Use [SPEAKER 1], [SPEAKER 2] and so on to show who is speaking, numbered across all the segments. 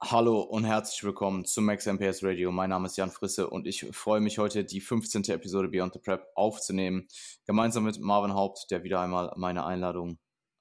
[SPEAKER 1] Hallo und herzlich willkommen zum Max MPS Radio. Mein Name ist Jan Frisse und ich freue mich heute, die 15. Episode Beyond the Prep aufzunehmen. Gemeinsam mit Marvin Haupt, der wieder einmal meine Einladung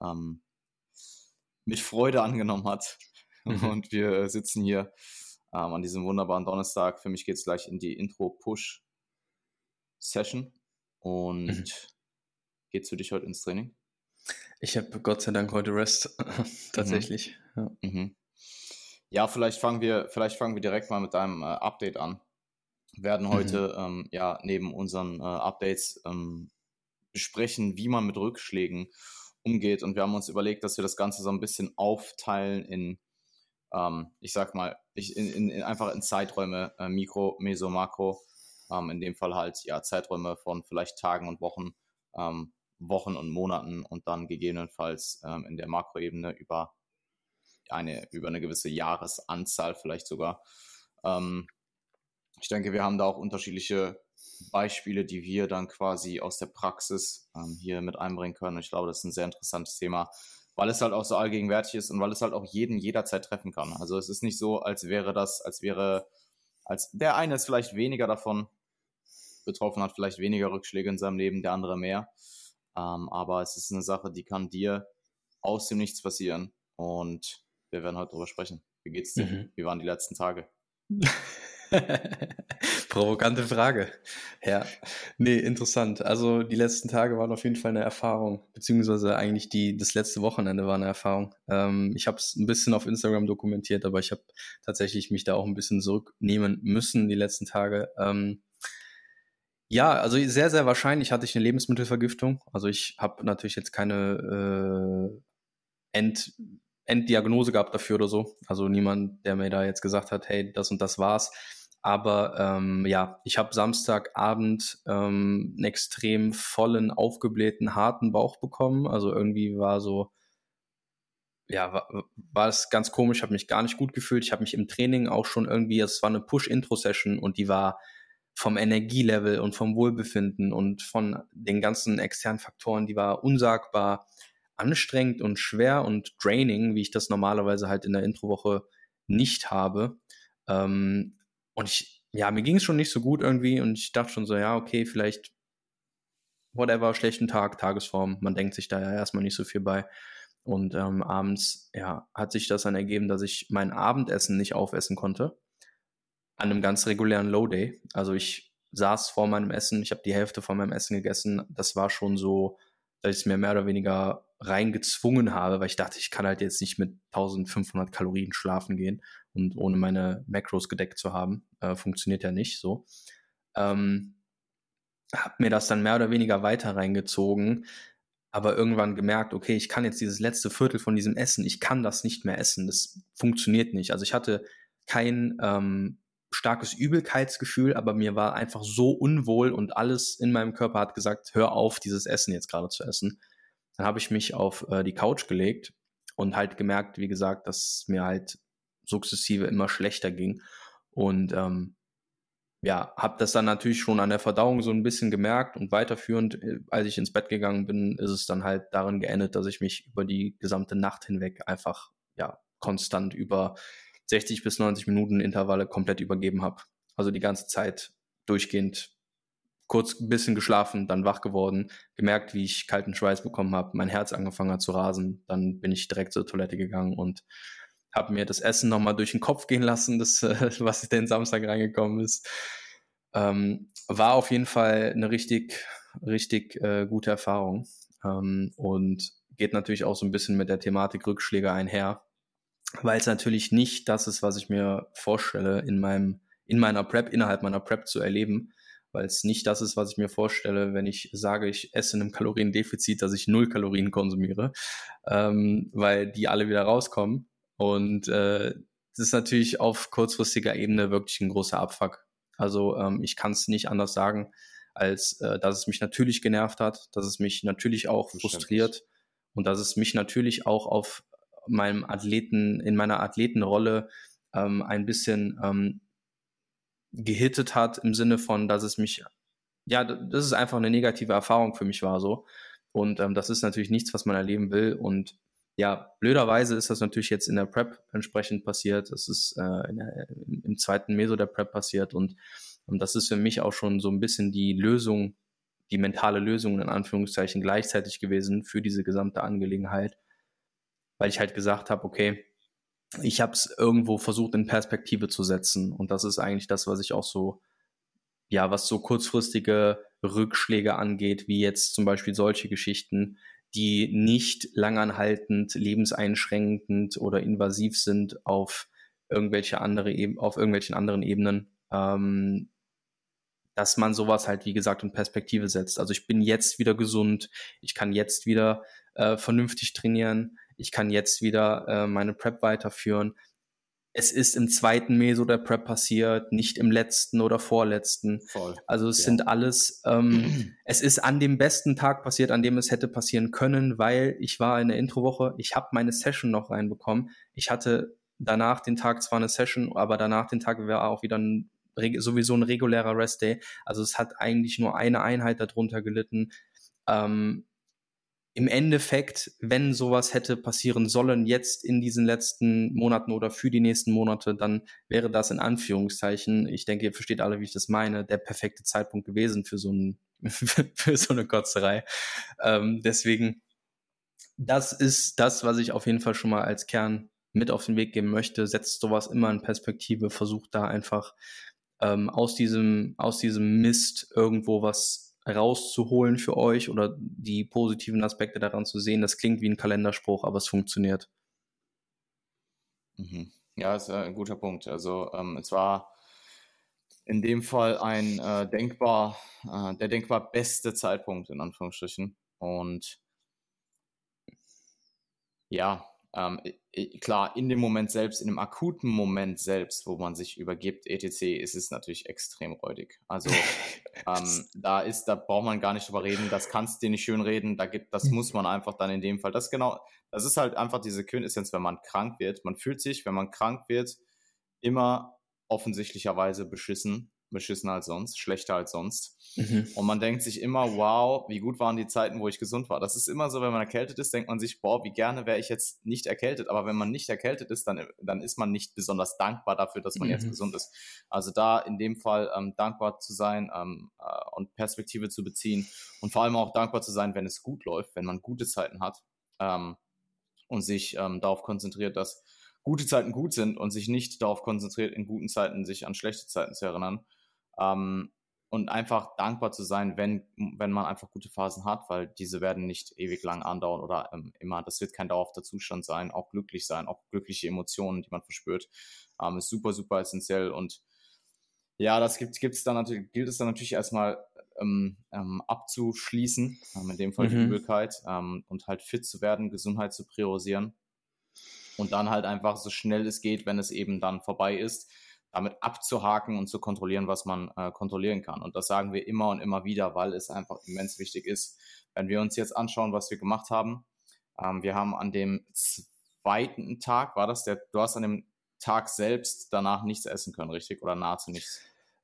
[SPEAKER 1] mit Freude angenommen hat. Und wir sitzen hier an diesem wunderbaren Donnerstag. Für mich geht es gleich in die Intro-Push-Session. Und geht's für dich heute ins Training?
[SPEAKER 2] Ich habe Gott sei Dank heute Rest, tatsächlich. Ja.
[SPEAKER 1] Ja, vielleicht fangen wir direkt mal mit deinem Update an. Wir werden heute neben unseren Updates besprechen, wie man mit Rückschlägen umgeht. Und wir haben uns überlegt, dass wir das Ganze so ein bisschen aufteilen in, einfach in Zeiträume, Mikro, Meso, Makro. In dem Fall halt Zeiträume von vielleicht Tagen und Wochen, Wochen und Monaten und dann gegebenenfalls in der Makroebene über eine gewisse Jahresanzahl vielleicht sogar. Ich denke, wir haben da auch unterschiedliche Beispiele, die wir dann quasi aus der Praxis hier mit einbringen können. Ich glaube, das ist ein sehr interessantes Thema, weil es halt auch so allgegenwärtig ist und weil es halt auch jeden jederzeit treffen kann. Also es ist nicht so, als der eine ist vielleicht weniger davon betroffen, hat vielleicht weniger Rückschläge in seinem Leben, der andere mehr. Aber es ist eine Sache, die kann dir aus dem Nichts passieren. Und wir werden heute darüber sprechen. Wie geht's dir? Wie waren die letzten Tage?
[SPEAKER 2] Provokante Frage. Ja, nee, interessant. Also die letzten Tage waren auf jeden Fall eine Erfahrung, beziehungsweise eigentlich das letzte Wochenende war eine Erfahrung. Ich habe es ein bisschen auf Instagram dokumentiert, aber ich habe tatsächlich mich da auch ein bisschen zurücknehmen müssen die letzten Tage. Ja, also sehr, sehr wahrscheinlich hatte ich eine Lebensmittelvergiftung. Also ich habe natürlich jetzt keine Enddiagnose gehabt dafür oder so. Also niemand, der mir da jetzt gesagt hat, hey, das und das war's. Aber ich habe Samstagabend einen extrem vollen, aufgeblähten, harten Bauch bekommen. Also irgendwie war es ganz komisch, habe mich gar nicht gut gefühlt. Ich habe mich im Training auch schon irgendwie, es war eine Push-Intro-Session und die war vom Energielevel und vom Wohlbefinden und von den ganzen externen Faktoren, die war unsagbar anstrengend und schwer und draining, wie ich das normalerweise halt in der Introwoche nicht habe. Und mir ging es schon nicht so gut irgendwie und ich dachte schon so, ja, okay, vielleicht whatever, schlechten Tag, Tagesform, man denkt sich da ja erstmal nicht so viel bei. Und abends, hat sich das dann ergeben, dass ich mein Abendessen nicht aufessen konnte. An einem ganz regulären Low-Day. Also ich saß vor meinem Essen, ich habe die Hälfte von meinem Essen gegessen. Das war schon so, dass ich es mir mehr oder weniger reingezwungen habe, weil ich dachte, ich kann halt jetzt nicht mit 1500 Kalorien schlafen gehen und ohne meine Macros gedeckt zu haben. Funktioniert ja nicht so. Hab mir das dann mehr oder weniger weiter reingezogen, aber irgendwann gemerkt, okay, ich kann jetzt dieses letzte Viertel von diesem Essen, ich kann das nicht mehr essen, das funktioniert nicht. Also ich hatte kein starkes Übelkeitsgefühl, aber mir war einfach so unwohl und alles in meinem Körper hat gesagt, hör auf, dieses Essen jetzt gerade zu essen. Dann habe ich mich auf die Couch gelegt und halt gemerkt, wie gesagt, dass mir halt sukzessive immer schlechter ging und habe das dann natürlich schon an der Verdauung so ein bisschen gemerkt und weiterführend, als ich ins Bett gegangen bin, ist es dann halt darin geendet, dass ich mich über die gesamte Nacht hinweg einfach konstant über 60 bis 90 Minuten Intervalle komplett übergeben habe. Also die ganze Zeit durchgehend kurz ein bisschen geschlafen, dann wach geworden, gemerkt, wie ich kalten Schweiß bekommen habe, mein Herz angefangen hat zu rasen, dann bin ich direkt zur Toilette gegangen und habe mir das Essen nochmal durch den Kopf gehen lassen, was den Samstag reingekommen ist. War auf jeden Fall eine richtig, richtig gute Erfahrung und geht natürlich auch so ein bisschen mit der Thematik Rückschläge einher, weil es natürlich nicht das ist, was ich mir vorstelle, innerhalb meiner Prep zu erleben, weil es nicht das ist, was ich mir vorstelle, wenn ich sage, ich esse in einem Kaloriendefizit, dass ich 0 Kalorien konsumiere, weil die alle wieder rauskommen. Und das ist natürlich auf kurzfristiger Ebene wirklich ein großer Abfuck. Also ich kann es nicht anders sagen, als dass es mich natürlich genervt hat, dass es mich natürlich auch frustriert und dass es mich natürlich auch auf in meiner Athletenrolle ein bisschen gehittet hat, im Sinne von, dass es mich, das ist einfach eine negative Erfahrung für mich war so. Und das ist natürlich nichts, was man erleben will. Und Ja, blöderweise ist das natürlich jetzt in der Prep entsprechend passiert. Das ist im zweiten Meso der Prep passiert und das ist für mich auch schon so ein bisschen die Lösung, die mentale Lösung in Anführungszeichen gleichzeitig gewesen für diese gesamte Angelegenheit, weil ich halt gesagt habe, okay, ich habe es irgendwo versucht in Perspektive zu setzen und das ist eigentlich das, was ich auch so, ja, was so kurzfristige Rückschläge angeht, wie jetzt zum Beispiel solche Geschichten, die nicht langanhaltend, lebenseinschränkend oder invasiv sind auf irgendwelchen anderen Ebenen, dass man sowas halt, wie gesagt, in Perspektive setzt. Also ich bin jetzt wieder gesund, ich kann jetzt wieder vernünftig trainieren, ich kann jetzt wieder meine Prep weiterführen. Es ist im zweiten Meso der Prep passiert, nicht im letzten oder vorletzten.
[SPEAKER 1] Voll.
[SPEAKER 2] Also es sind alles, es ist an dem besten Tag passiert, an dem es hätte passieren können, weil ich war in der Introwoche, ich habe meine Session noch reinbekommen. Ich hatte danach den Tag zwar eine Session, aber danach den Tag wäre auch wieder sowieso ein regulärer Rest-Day. Also es hat eigentlich nur eine Einheit darunter gelitten. Im Endeffekt, wenn sowas hätte passieren sollen, jetzt in diesen letzten Monaten oder für die nächsten Monate, dann wäre das in Anführungszeichen, ich denke, ihr versteht alle, wie ich das meine, der perfekte Zeitpunkt gewesen für so eine Kotzerei. Deswegen, das ist das, was ich auf jeden Fall schon mal als Kern mit auf den Weg geben möchte. Setzt sowas immer in Perspektive, versucht da einfach aus diesem Mist irgendwo was rauszuholen für euch oder die positiven Aspekte daran zu sehen. Das klingt wie ein Kalenderspruch, aber es funktioniert.
[SPEAKER 1] Ja, ist ein guter Punkt. Also es war in dem Fall der denkbar beste Zeitpunkt in Anführungsstrichen. Und ja, klar, in dem Moment selbst, in dem akuten Moment selbst, wo man sich übergibt, etc., ist es natürlich extrem räudig. Also da braucht man gar nicht drüber reden, das kannst du dir nicht schön reden, das muss man einfach dann in dem Fall, das ist halt einfach diese Quintessenz, wenn man krank wird. Man fühlt sich, wenn man krank wird, immer offensichtlicherweise beschissener als sonst, schlechter als sonst. Und man denkt sich immer, wow, wie gut waren die Zeiten, wo ich gesund war. Das ist immer so, wenn man erkältet ist, denkt man sich, boah, wie gerne wäre ich jetzt nicht erkältet. Aber wenn man nicht erkältet ist, dann ist man nicht besonders dankbar dafür, dass man jetzt gesund ist. Also da in dem Fall dankbar zu sein und Perspektive zu beziehen und vor allem auch dankbar zu sein, wenn es gut läuft, wenn man gute Zeiten hat und sich darauf konzentriert, dass gute Zeiten gut sind und sich nicht darauf konzentriert, in guten Zeiten sich an schlechte Zeiten zu erinnern. Und einfach dankbar zu sein, wenn man einfach gute Phasen hat, weil diese werden nicht ewig lang andauern oder immer, das wird kein dauerhafter Zustand sein, auch glücklich sein, auch glückliche Emotionen, die man verspürt, ist super, super essentiell. Und ja, das gilt es dann natürlich erstmal abzuschließen, in dem Fall die Übelkeit, und halt fit zu werden, Gesundheit zu priorisieren und dann halt einfach so schnell es geht, wenn es eben dann vorbei ist, damit abzuhaken und zu kontrollieren, was man kontrollieren kann. Und das sagen wir immer und immer wieder, weil es einfach immens wichtig ist. Wenn wir uns jetzt anschauen, was wir gemacht haben, wir haben an dem zweiten Tag, du hast an dem Tag selbst danach nichts essen können, richtig? Oder nahezu nichts?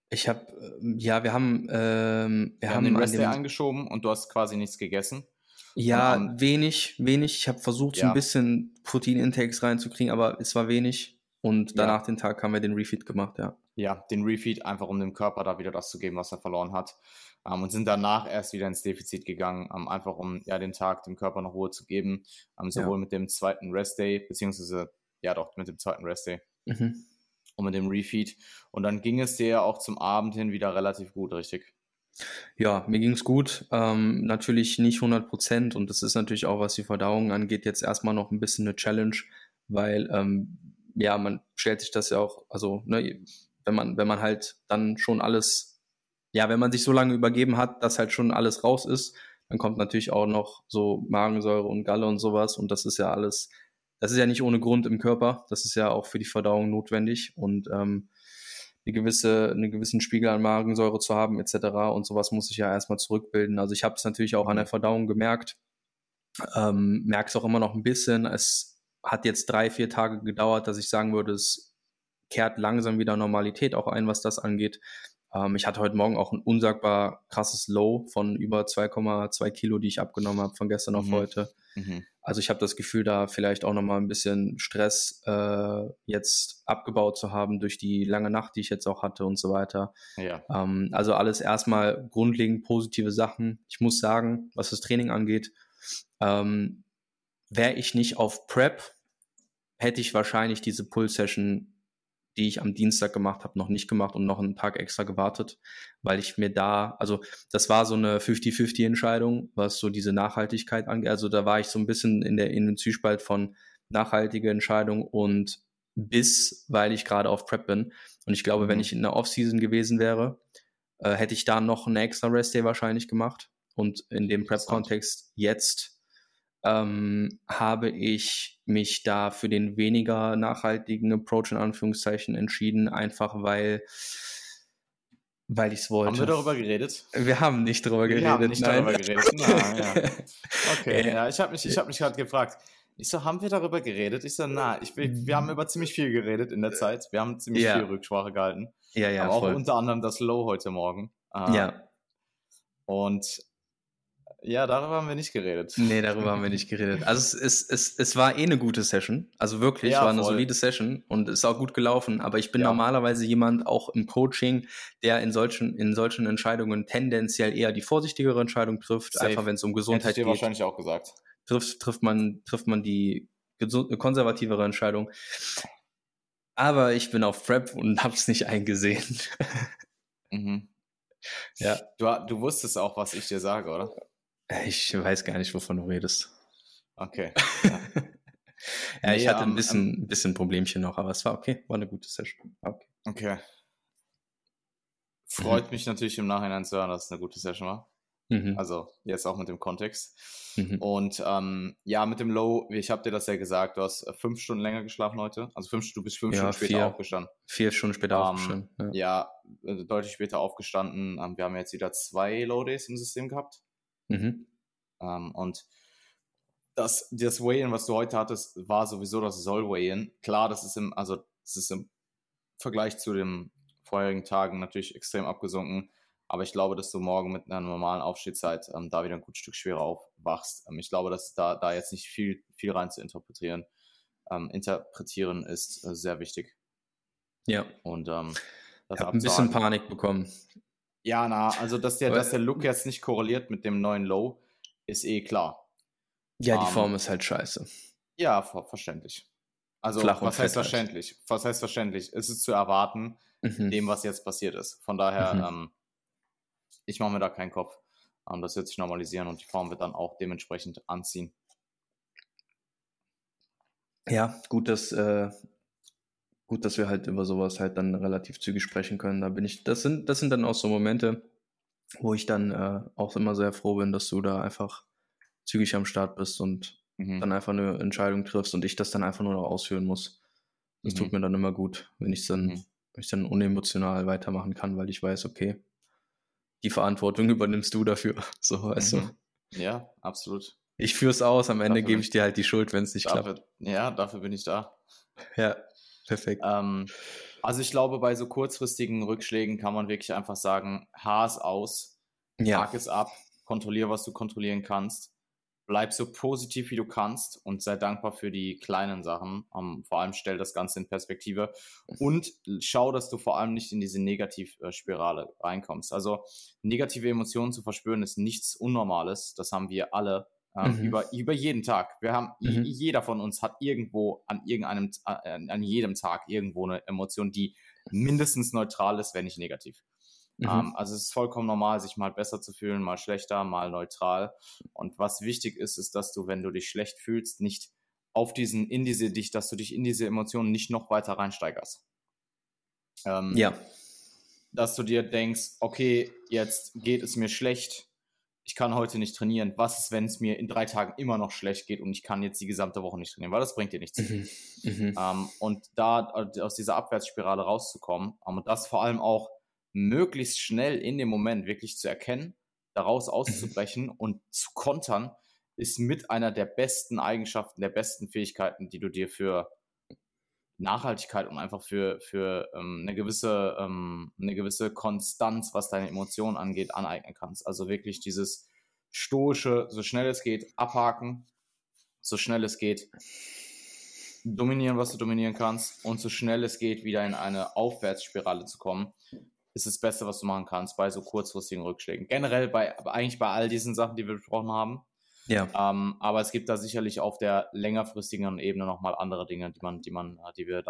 [SPEAKER 2] Wir haben
[SPEAKER 1] den Rest Day angeschoben und du hast quasi nichts gegessen.
[SPEAKER 2] Ja, wenig. Ich habe versucht, so ein bisschen Protein-Intakes reinzukriegen, aber es war wenig. Und danach den Tag haben wir den Refeed gemacht, ja.
[SPEAKER 1] Ja, den Refeed, einfach um dem Körper da wieder das zu geben, was er verloren hat. Und sind danach erst wieder ins Defizit gegangen, einfach um den Tag dem Körper noch Ruhe zu geben. Sowohl mit dem zweiten Rest Day, beziehungsweise, mit dem zweiten Rest Day. Und mit dem Refeed. Und dann ging es dir ja auch zum Abend hin wieder relativ gut, richtig?
[SPEAKER 2] Ja, mir ging's gut. Natürlich nicht 100% und das ist natürlich auch, was die Verdauung angeht, jetzt erstmal noch ein bisschen eine Challenge, weil man stellt sich das ja auch, also ne, wenn man halt dann schon alles, wenn man sich so lange übergeben hat, dass halt schon alles raus ist, dann kommt natürlich auch noch so Magensäure und Galle und sowas und das ist ja alles, das ist ja nicht ohne Grund im Körper, das ist ja auch für die Verdauung notwendig und einen gewissen Spiegel an Magensäure zu haben etc. und sowas muss ich ja erstmal zurückbilden. Also ich habe es natürlich auch an der Verdauung gemerkt, merke es auch immer noch ein bisschen. Es hat jetzt 3-4 Tage gedauert, dass ich sagen würde, es kehrt langsam wieder Normalität auch ein, was das angeht. Ich hatte heute Morgen auch ein unsagbar krasses Low von über 2,2 Kilo, die ich abgenommen habe von gestern auf heute. Also ich habe das Gefühl, da vielleicht auch nochmal ein bisschen Stress jetzt abgebaut zu haben durch die lange Nacht, die ich jetzt auch hatte und so weiter.
[SPEAKER 1] Ja.
[SPEAKER 2] Also alles erstmal grundlegend positive Sachen. Ich muss sagen, was das Training angeht, wäre ich nicht auf Prep, hätte ich wahrscheinlich diese Pull-Session, die ich am Dienstag gemacht habe, noch nicht gemacht und noch einen Tag extra gewartet, weil ich mir also das war so eine 50-50-Entscheidung, was so diese Nachhaltigkeit angeht. Also da war ich so ein bisschen in dem Zwiespalt von nachhaltige Entscheidung und weil ich gerade auf Prep bin. Und ich glaube, wenn ich in der Off-Season gewesen wäre, hätte ich da noch einen extra Rest-Day wahrscheinlich gemacht. Und in dem Prep-Kontext jetzt habe ich mich da für den weniger nachhaltigen Approach in Anführungszeichen entschieden, einfach weil ich es wollte.
[SPEAKER 1] Haben wir darüber geredet?
[SPEAKER 2] Wir haben nicht darüber geredet.
[SPEAKER 1] Wir haben nicht darüber geredet. Na, ja. Okay,
[SPEAKER 2] Ja.
[SPEAKER 1] ich habe mich gerade gefragt. Ich so, haben wir darüber geredet? Ich so, wir haben über ziemlich viel geredet in der Zeit. Wir haben ziemlich viel Rücksprache gehalten.
[SPEAKER 2] Ja,
[SPEAKER 1] aber
[SPEAKER 2] voll.
[SPEAKER 1] auch unter anderem das Low heute Morgen.
[SPEAKER 2] Ja.
[SPEAKER 1] Und ja, darüber haben wir nicht geredet.
[SPEAKER 2] Nee, darüber haben wir nicht geredet. Also es war eine gute Session. Also wirklich, war eine solide Session und ist auch gut gelaufen. Aber ich bin normalerweise jemand, auch im Coaching, der in solchen Entscheidungen tendenziell eher die vorsichtigere Entscheidung trifft.
[SPEAKER 1] Safe.
[SPEAKER 2] Einfach wenn es um Gesundheit
[SPEAKER 1] Hätte ich dir wahrscheinlich auch gesagt.
[SPEAKER 2] Trifft man die konservativere Entscheidung. Aber ich bin auf Prep und hab's nicht eingesehen.
[SPEAKER 1] Ja. Du wusstest auch, was ich dir sage, oder?
[SPEAKER 2] Ich weiß gar nicht, wovon du redest.
[SPEAKER 1] Okay.
[SPEAKER 2] Ja, ich hatte ein bisschen Problemchen noch, aber es war okay. War eine gute Session.
[SPEAKER 1] Okay. Freut mich natürlich im Nachhinein zu hören, dass es eine gute Session war. Also jetzt auch mit dem Kontext. Und mit dem Low, ich habe dir das ja gesagt, du hast 5 Stunden länger geschlafen heute. Also du bist 5 Stunden später aufgestanden.
[SPEAKER 2] 4 Stunden später aufgestanden.
[SPEAKER 1] Ja, deutlich später aufgestanden. Wir haben jetzt wieder 2 Low-Days im System gehabt. Und das Weigh-In, was du heute hattest, war sowieso das Soll-Weigh-In. Klar, das ist im Vergleich zu den vorherigen Tagen natürlich extrem abgesunken. Aber ich glaube, dass du morgen mit einer normalen Aufstehzeit da wieder ein gutes Stück schwerer aufwachst. Ich glaube, dass da jetzt nicht viel rein zu interpretieren. Interpretieren ist sehr wichtig.
[SPEAKER 2] Ja.
[SPEAKER 1] Und
[SPEAKER 2] ich habe ein bisschen Panik bekommen.
[SPEAKER 1] Ja, also dass der Look jetzt nicht korreliert mit dem neuen Low, ist klar.
[SPEAKER 2] Ja, die Form ist halt scheiße.
[SPEAKER 1] Ja, verständlich. Also, was heißt verständlich? Was heißt verständlich? Es ist zu erwarten, dem, was jetzt passiert ist. Von daher, ich mache mir da keinen Kopf. Das wird sich normalisieren und die Form wird dann auch dementsprechend anziehen.
[SPEAKER 2] Ja, gut, dass wir halt über sowas halt dann relativ zügig sprechen können. Das sind dann auch so Momente, wo ich dann auch immer sehr froh bin, dass du da einfach zügig am Start bist und dann einfach eine Entscheidung triffst und ich das dann einfach nur noch ausführen muss. Das tut mir dann immer gut, wenn ich dann unemotional weitermachen kann, weil ich weiß, okay, die Verantwortung übernimmst du dafür. So, weißt du.
[SPEAKER 1] Ja, absolut.
[SPEAKER 2] Ich führe es aus, am Ende gebe ich dir halt die Schuld, wenn es nicht klappt.
[SPEAKER 1] Ja, dafür bin ich da.
[SPEAKER 2] Ja, perfekt.
[SPEAKER 1] Also ich glaube, bei so kurzfristigen Rückschlägen kann man wirklich einfach sagen, Haar ist aus, Tag ist ab, kontrolliere, was du kontrollieren kannst. Bleib so positiv, wie du kannst und sei dankbar für die kleinen Sachen. Vor allem stell das Ganze in Perspektive und schau, dass du vor allem nicht in diese Negativspirale reinkommst. Also negative Emotionen zu verspüren ist nichts Unnormales. Das haben wir alle über jeden Tag. Jeder von uns hat irgendwo an jedem Tag irgendwo eine Emotion, die mindestens neutral ist, wenn nicht negativ. Also es ist vollkommen normal, sich mal besser zu fühlen, mal schlechter, mal neutral. Und was wichtig ist, ist, dass du, wenn du dich schlecht fühlst, nicht dass du dich in diese Emotionen nicht noch weiter reinsteigerst. Dass du dir denkst, okay, jetzt geht es mir schlecht, ich kann heute nicht trainieren. Was ist, wenn es mir in 3 Tagen immer noch schlecht geht und ich kann jetzt die gesamte Woche nicht trainieren? Weil das bringt dir nichts. Und da aus dieser Abwärtsspirale rauszukommen und das vor allem auch möglichst schnell in dem Moment wirklich zu erkennen, daraus auszubrechen und zu kontern, ist mit einer der besten Eigenschaften, der besten Fähigkeiten, die du dir für Nachhaltigkeit und einfach für eine gewisse Konstanz, was deine Emotionen angeht, aneignen kannst. Also wirklich dieses stoische, so schnell es geht, abhaken, so schnell es geht, dominieren, was du dominieren kannst, und so schnell es geht, wieder in eine Aufwärtsspirale zu kommen, ist das Beste, was du machen kannst bei so kurzfristigen Rückschlägen. Generell eigentlich bei all diesen Sachen, die wir besprochen haben.
[SPEAKER 2] Ja.
[SPEAKER 1] Aber es gibt da sicherlich auf der längerfristigen Ebene nochmal andere Dinge, die wir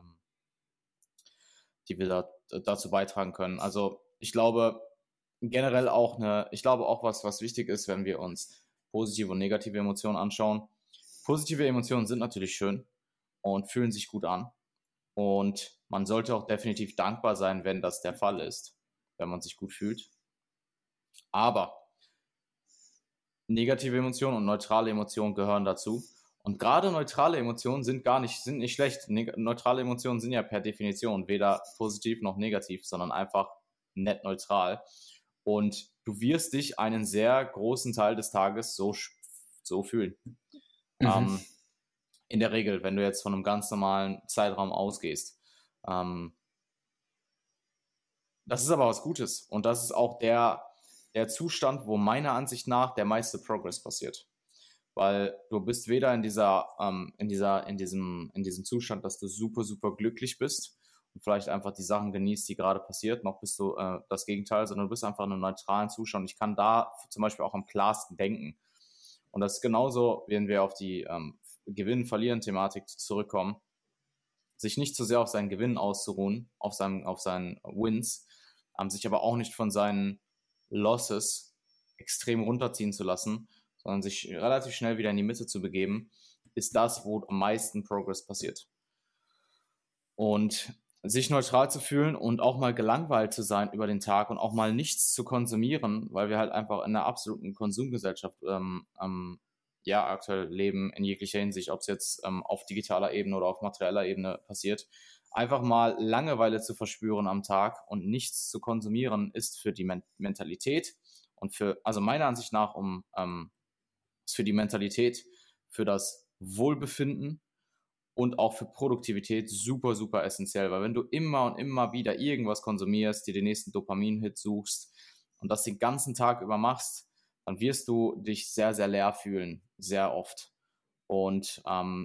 [SPEAKER 1] dazu beitragen können. Also ich glaube generell auch was wichtig ist, wenn wir uns positive und negative Emotionen anschauen. Positive Emotionen sind natürlich schön und fühlen sich gut an. Und man sollte auch definitiv dankbar sein, wenn das der Fall ist, wenn man sich gut fühlt. Aber negative Emotionen und neutrale Emotionen gehören dazu. Und gerade neutrale Emotionen sind nicht schlecht. Neutrale Emotionen sind ja per Definition weder positiv noch negativ, sondern einfach nett neutral. Und du wirst dich einen sehr großen Teil des Tages so fühlen. In der Regel, wenn du jetzt von einem ganz normalen Zeitraum ausgehst. Das ist aber was Gutes. Und das ist auch der Zustand, wo meiner Ansicht nach der meiste Progress passiert. Weil du bist weder in diesem Zustand, dass du super, super glücklich bist und vielleicht einfach die Sachen genießt, die gerade passiert, noch bist du das Gegenteil, sondern du bist einfach in einem neutralen Zustand. Ich kann da zum Beispiel auch am klarsten denken. Und das ist genauso, wenn wir auf die Gewinn-Verlieren-Thematik zurückkommen, sich nicht zu sehr auf seinen Gewinn auszuruhen, auf seinen Wins, sich aber auch nicht von seinen Losses extrem runterziehen zu lassen, sondern sich relativ schnell wieder in die Mitte zu begeben, ist das, wo am meisten Progress passiert. Und sich neutral zu fühlen und auch mal gelangweilt zu sein über den Tag und auch mal nichts zu konsumieren, weil wir halt einfach in einer absoluten Konsumgesellschaft aktuell leben, in jeglicher Hinsicht, ob es jetzt auf digitaler Ebene oder auf materieller Ebene passiert. Einfach mal Langeweile zu verspüren am Tag und nichts zu konsumieren, ist für die Mentalität und also meiner Ansicht nach, ist für die Mentalität, für das Wohlbefinden und auch für Produktivität super, super essentiell, weil wenn du immer und immer wieder irgendwas konsumierst, dir den nächsten Dopamin-Hit suchst und das den ganzen Tag über machst, dann wirst du dich sehr, sehr leer fühlen, sehr oft. Und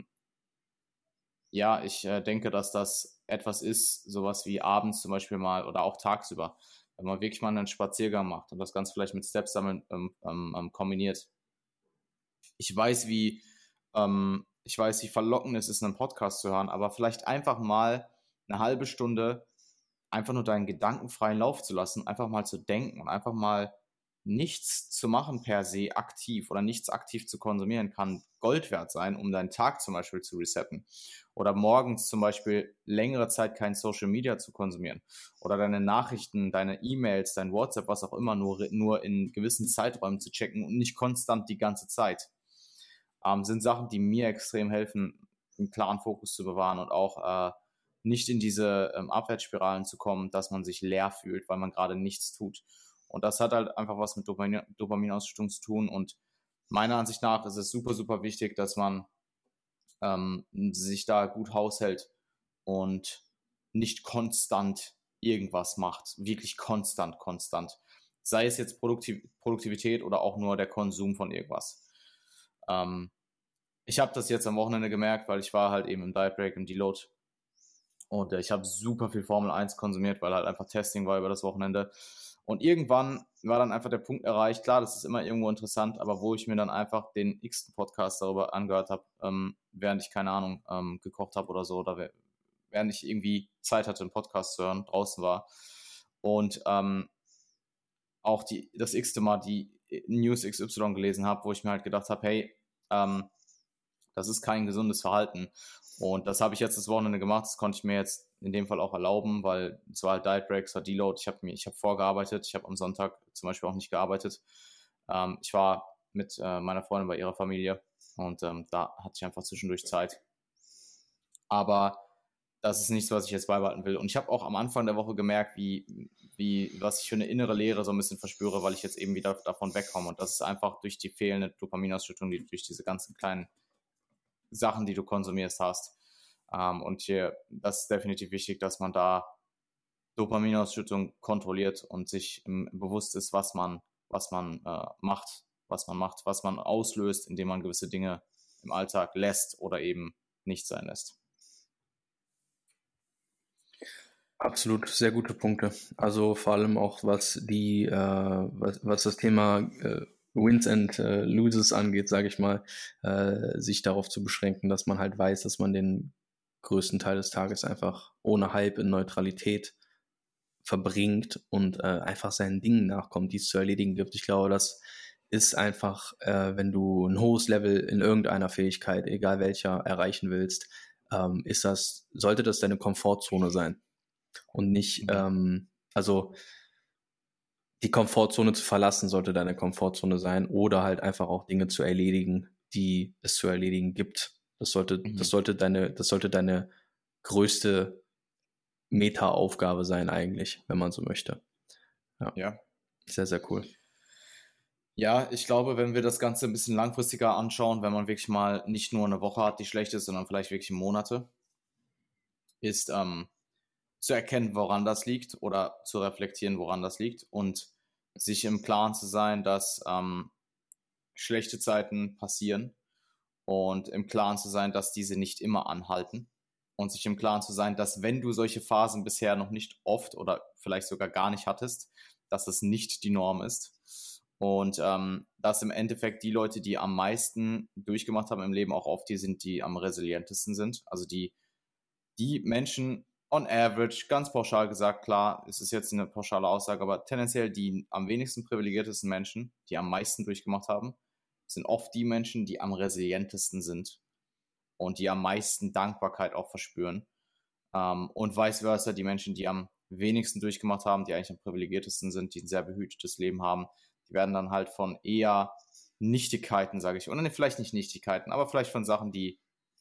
[SPEAKER 1] ich denke, dass das etwas ist, sowas wie abends zum Beispiel mal oder auch tagsüber, wenn man wirklich mal einen Spaziergang macht und das Ganze vielleicht mit Steps sammeln kombiniert. Ich weiß, wie verlockend es ist, einen Podcast zu hören, aber vielleicht einfach mal eine halbe Stunde einfach nur deinen Gedanken freien Lauf zu lassen, einfach mal zu denken und einfach mal nichts zu machen per se aktiv oder nichts aktiv zu konsumieren, kann Gold wert sein, um deinen Tag zum Beispiel zu resetten. Oder morgens zum Beispiel längere Zeit kein Social Media zu konsumieren. Oder deine Nachrichten, deine E-Mails, dein WhatsApp, was auch immer, nur in gewissen Zeiträumen zu checken und nicht konstant die ganze Zeit. Sind Sachen, die mir extrem helfen, einen klaren Fokus zu bewahren und auch nicht in diese Abwärtsspiralen zu kommen, dass man sich leer fühlt, weil man gerade nichts tut. Und das hat halt einfach was mit Dopaminausschüttung zu tun. Und meiner Ansicht nach ist es super, super wichtig, dass man sich da gut haushält und nicht konstant irgendwas macht. Wirklich konstant. Sei es jetzt Produktivität oder auch nur der Konsum von irgendwas. Ich habe das jetzt am Wochenende gemerkt, weil ich war halt eben im Diet Break, im Deload. Und ich habe super viel Formel 1 konsumiert, weil halt einfach Testing war über das Wochenende. Und irgendwann war dann einfach der Punkt erreicht, klar, das ist immer irgendwo interessant, aber wo ich mir dann einfach den x-ten Podcast darüber angehört habe, während ich, keine Ahnung, gekocht habe oder so, oder während ich irgendwie Zeit hatte, einen Podcast zu hören, draußen war. Und auch das x-te Mal die News XY gelesen habe, wo ich mir halt gedacht habe, hey, das ist kein gesundes Verhalten. Und das habe ich jetzt das Wochenende gemacht. Das konnte ich mir jetzt in dem Fall auch erlauben, weil es war halt Diet Break, es war Deload. Ich habe vorgearbeitet. Ich habe am Sonntag zum Beispiel auch nicht gearbeitet. Ich war mit meiner Freundin bei ihrer Familie und da hatte ich einfach zwischendurch Zeit. Aber das ist nichts, was ich jetzt beibehalten will. Und ich habe auch am Anfang der Woche gemerkt, was ich für eine innere Leere so ein bisschen verspüre, weil ich jetzt eben wieder davon wegkomme. Und das ist einfach durch die fehlende Dopaminausschüttung, die durch diese ganzen kleinen Sachen, die du konsumierst hast. Und hier, das ist definitiv wichtig, dass man da Dopaminausschüttung kontrolliert und sich bewusst ist, was man macht, was man auslöst, indem man gewisse Dinge im Alltag lässt oder eben nicht sein lässt.
[SPEAKER 2] Absolut, sehr gute Punkte. Also vor allem auch was das Thema Wins and Loses angeht, sage ich mal, sich darauf zu beschränken, dass man halt weiß, dass man den größten Teil des Tages einfach ohne Hype in Neutralität verbringt und einfach seinen Dingen nachkommt, die es zu erledigen gibt. Ich glaube, das ist einfach, wenn du ein hohes Level in irgendeiner Fähigkeit, egal welcher, erreichen willst, sollte das deine Komfortzone sein. Und nicht, also die Komfortzone zu verlassen sollte deine Komfortzone sein oder halt einfach auch Dinge zu erledigen, die es zu erledigen gibt. Das sollte deine größte Meta-Aufgabe sein eigentlich, wenn man so möchte.
[SPEAKER 1] Ja.
[SPEAKER 2] Sehr, sehr cool.
[SPEAKER 1] Ja, ich glaube, wenn wir das Ganze ein bisschen langfristiger anschauen, wenn man wirklich mal nicht nur eine Woche hat, die schlecht ist, sondern vielleicht wirklich Monate, ist zu erkennen, woran das liegt oder zu reflektieren, woran das liegt und sich im Klaren zu sein, dass schlechte Zeiten passieren und im Klaren zu sein, dass diese nicht immer anhalten und sich im Klaren zu sein, dass wenn du solche Phasen bisher noch nicht oft oder vielleicht sogar gar nicht hattest, dass es nicht die Norm ist und dass im Endeffekt die Leute, die am meisten durchgemacht haben im Leben, auch oft die sind, die am resilientesten sind, also die Menschen on average, ganz pauschal gesagt, klar, es ist jetzt eine pauschale Aussage, aber tendenziell die am wenigsten privilegiertesten Menschen, die am meisten durchgemacht haben, sind oft die Menschen, die am resilientesten sind und die am meisten Dankbarkeit auch verspüren. Und vice versa, die Menschen, die am wenigsten durchgemacht haben, die eigentlich am privilegiertesten sind, die ein sehr behütetes Leben haben, die werden dann halt von eher Nichtigkeiten, sage ich, oder vielleicht nicht Nichtigkeiten, aber vielleicht von Sachen, die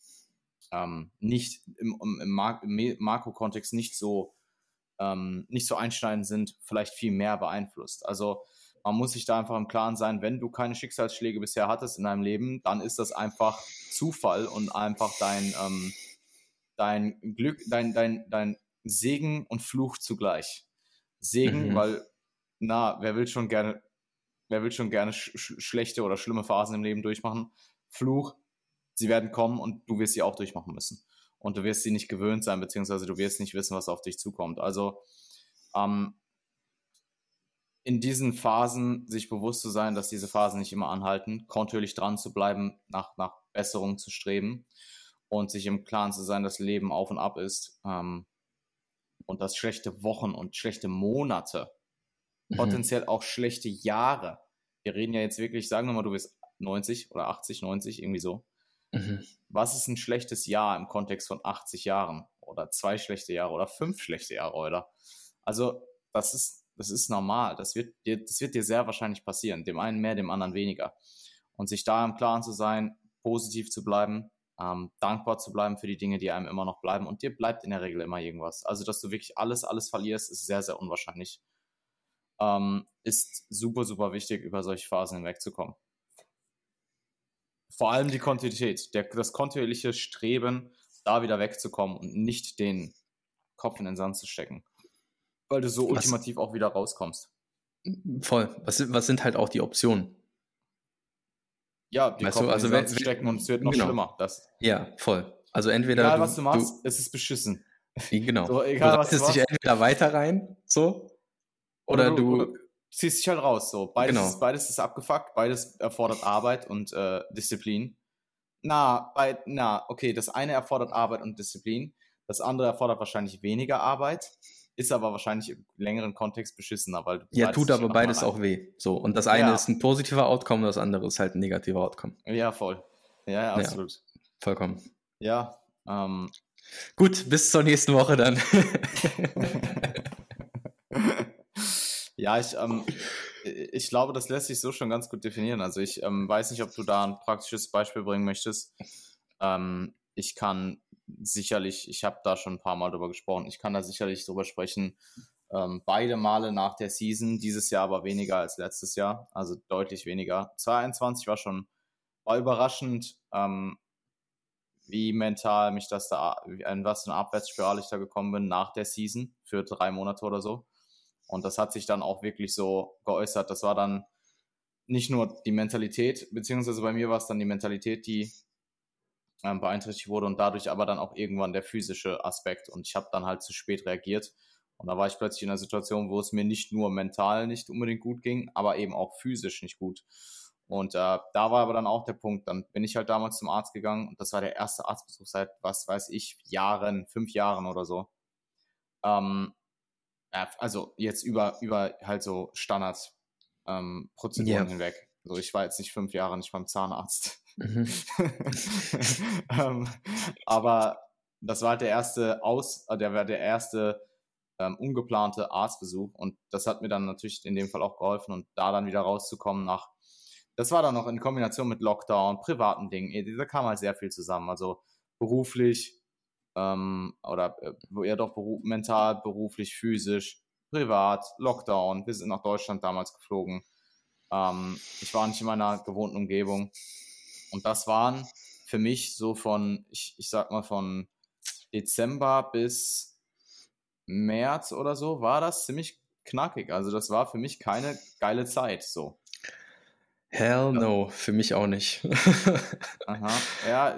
[SPEAKER 1] nicht im Makrokontext nicht so einschneidend sind, vielleicht viel mehr beeinflusst. Also man muss sich da einfach im Klaren sein, wenn du keine Schicksalsschläge bisher hattest in deinem Leben, dann ist das einfach Zufall und einfach dein Glück, dein Segen und Fluch zugleich. Segen, weil, wer will schon gerne schlechte oder schlimme Phasen im Leben durchmachen? Fluch, sie werden kommen und du wirst sie auch durchmachen müssen. Und du wirst sie nicht gewöhnt sein, beziehungsweise du wirst nicht wissen, was auf dich zukommt. Also in diesen Phasen sich bewusst zu sein, dass diese Phasen nicht immer anhalten, kontinuierlich dran zu bleiben, nach Besserung zu streben und sich im Klaren zu sein, dass Leben auf und ab ist und dass schlechte Wochen und schlechte Monate, potenziell auch schlechte Jahre, wir reden ja jetzt wirklich, sagen wir mal, du bist 90 oder 80, 90, irgendwie so. Was ist ein schlechtes Jahr im Kontext von 80 Jahren oder 2 schlechte Jahre oder 5 schlechte Jahre, oder? Also das ist normal, das wird dir sehr wahrscheinlich passieren, dem einen mehr, dem anderen weniger. Und sich da im Klaren zu sein, positiv zu bleiben, dankbar zu bleiben für die Dinge, die einem immer noch bleiben, und dir bleibt in der Regel immer irgendwas. Also dass du wirklich alles verlierst, ist sehr, sehr unwahrscheinlich. Ist super, super wichtig, über solche Phasen hinwegzukommen. Vor allem die Kontinuität, das kontinuierliche Streben, da wieder wegzukommen und nicht den Kopf in den Sand zu stecken, weil du so ultimativ auch wieder rauskommst.
[SPEAKER 2] Voll. Was sind halt auch die Optionen?
[SPEAKER 1] Ja, die Kopf in den Sand zu stecken und es wird noch schlimmer.
[SPEAKER 2] Ja, voll. Also entweder
[SPEAKER 1] egal, was du machst, es ist beschissen.
[SPEAKER 2] Genau.
[SPEAKER 1] So, egal,
[SPEAKER 2] du reißt dich entweder weiter rein, so, oder du
[SPEAKER 1] ziehst dich halt raus, so. Beides ist abgefuckt, beides erfordert Arbeit und Disziplin. Okay, das eine erfordert Arbeit und Disziplin, das andere erfordert wahrscheinlich weniger Arbeit, ist aber wahrscheinlich im längeren Kontext beschissener, weil
[SPEAKER 2] tut aber beides auch weh. So, und das eine ist ein positiver Outcome, das andere ist halt ein negativer Outcome.
[SPEAKER 1] Ja, voll. Ja, absolut.
[SPEAKER 2] Ja, vollkommen.
[SPEAKER 1] Ja.
[SPEAKER 2] Gut, bis zur nächsten Woche dann.
[SPEAKER 1] Ja, ich glaube, das lässt sich so schon ganz gut definieren. Also ich weiß nicht, ob du da ein praktisches Beispiel bringen möchtest. Ich kann sicherlich, ich habe da schon ein paar Mal drüber gesprochen, ich kann da sicherlich drüber sprechen. Beide Male nach der Season, dieses Jahr aber weniger als letztes Jahr, also deutlich weniger. 2021 war überraschend wie mental mich das da, in was für eine Abwärtsspirale ich da gekommen bin nach der Season für 3 Monate oder so. Und das hat sich dann auch wirklich so geäußert. Das war dann nicht nur die Mentalität, beziehungsweise bei mir war es dann die Mentalität, die beeinträchtigt wurde und dadurch aber dann auch irgendwann der physische Aspekt. Und ich habe dann halt zu spät reagiert. Und da war ich plötzlich in einer Situation, wo es mir nicht nur mental nicht unbedingt gut ging, aber eben auch physisch nicht gut. Und da war aber dann auch der Punkt, dann bin ich halt damals zum Arzt gegangen und das war der erste Arztbesuch seit, was weiß ich, Jahren, 5 Jahren oder so. Also jetzt über halt so Standard-Prozeduren hinweg. Also ich war jetzt nicht 5 Jahre nicht beim Zahnarzt. Aber das war halt der erste ungeplante Arztbesuch und das hat mir dann natürlich in dem Fall auch geholfen und da dann wieder rauszukommen das war dann noch in Kombination mit Lockdown, privaten Dingen, da kam halt sehr viel zusammen, also beruflich oder eher doch mental, beruflich, physisch, privat, Lockdown, wir sind nach Deutschland damals geflogen, ich war nicht in meiner gewohnten Umgebung und das waren für mich so ich sag mal von Dezember bis März oder so war das ziemlich knackig. Also das war für mich keine geile Zeit so.
[SPEAKER 2] Hell no, für mich auch nicht.
[SPEAKER 1] Aha, ja.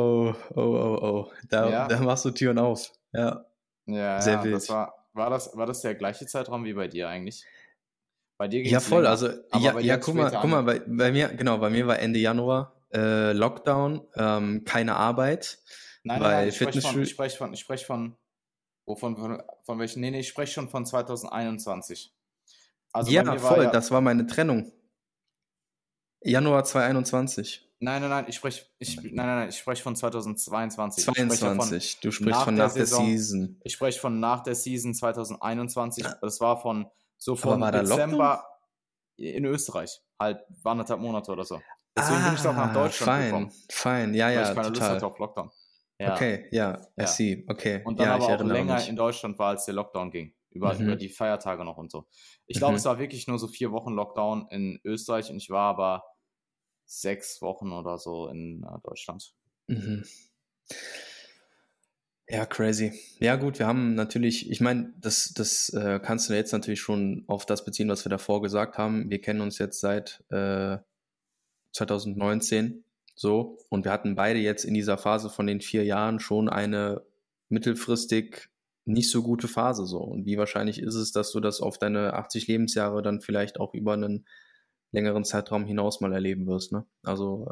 [SPEAKER 2] Da machst du Türen auf. Ja, sehr wild.
[SPEAKER 1] War das der gleiche Zeitraum wie bei dir eigentlich? Bei dir ging
[SPEAKER 2] Ja,
[SPEAKER 1] es
[SPEAKER 2] voll.
[SPEAKER 1] länger,
[SPEAKER 2] Also,
[SPEAKER 1] aber
[SPEAKER 2] guck mal, bei mir war Ende Januar Lockdown, keine Arbeit,
[SPEAKER 1] Nein,
[SPEAKER 2] weil
[SPEAKER 1] ich spreche von welchen? Nee, ich spreche schon von 2021. Also bei
[SPEAKER 2] ja,
[SPEAKER 1] mir war
[SPEAKER 2] voll, das war meine Trennung. Januar 2021.
[SPEAKER 1] Nein, ich spreche von 2022.
[SPEAKER 2] 22, du sprichst von nach der Season.
[SPEAKER 1] Ich spreche von nach der Season 2021. Das war von
[SPEAKER 2] war da
[SPEAKER 1] Dezember in Österreich. Halt, war 1,5 Monate oder so. Deswegen bin ich doch nach Deutschland gekommen.
[SPEAKER 2] Fein, ja,
[SPEAKER 1] weil ich keine
[SPEAKER 2] total.
[SPEAKER 1] Lust hatte auf Lockdown. Ja.
[SPEAKER 2] Okay, ja, I see, okay.
[SPEAKER 1] Und dann
[SPEAKER 2] ja,
[SPEAKER 1] aber
[SPEAKER 2] ich
[SPEAKER 1] auch länger
[SPEAKER 2] mich.
[SPEAKER 1] in Deutschland war, als der Lockdown ging. Über die Feiertage noch und so. Ich glaube, es war wirklich nur so 4 Wochen Lockdown in Österreich und ich war aber 6 Wochen oder so in Deutschland.
[SPEAKER 2] Ja, crazy. Ja gut, wir haben natürlich, ich meine, das kannst du jetzt natürlich schon auf das beziehen, was wir davor gesagt haben. Wir kennen uns jetzt seit 2019 so und wir hatten beide jetzt in dieser Phase von den 4 Jahren schon eine mittelfristig nicht so gute Phase so. Und wie wahrscheinlich ist es, dass du das auf deine 80 Lebensjahre dann vielleicht auch über einen längeren Zeitraum hinaus mal erleben wirst, ne? Also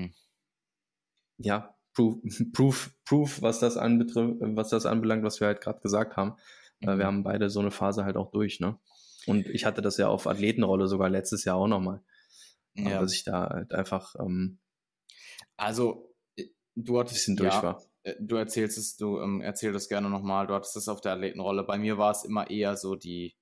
[SPEAKER 2] ja, Proof, was das anbelangt, was wir halt gerade gesagt haben. Wir haben beide so eine Phase halt auch durch, ne? Und ich hatte das ja auf Athletenrolle sogar letztes Jahr auch nochmal. Ja. Dass ich da halt einfach
[SPEAKER 1] also du hattest
[SPEAKER 2] bisschen durch war.
[SPEAKER 1] Du erzähl das gerne nochmal, du hattest das auf der Athletenrolle. Bei mir war es immer eher so die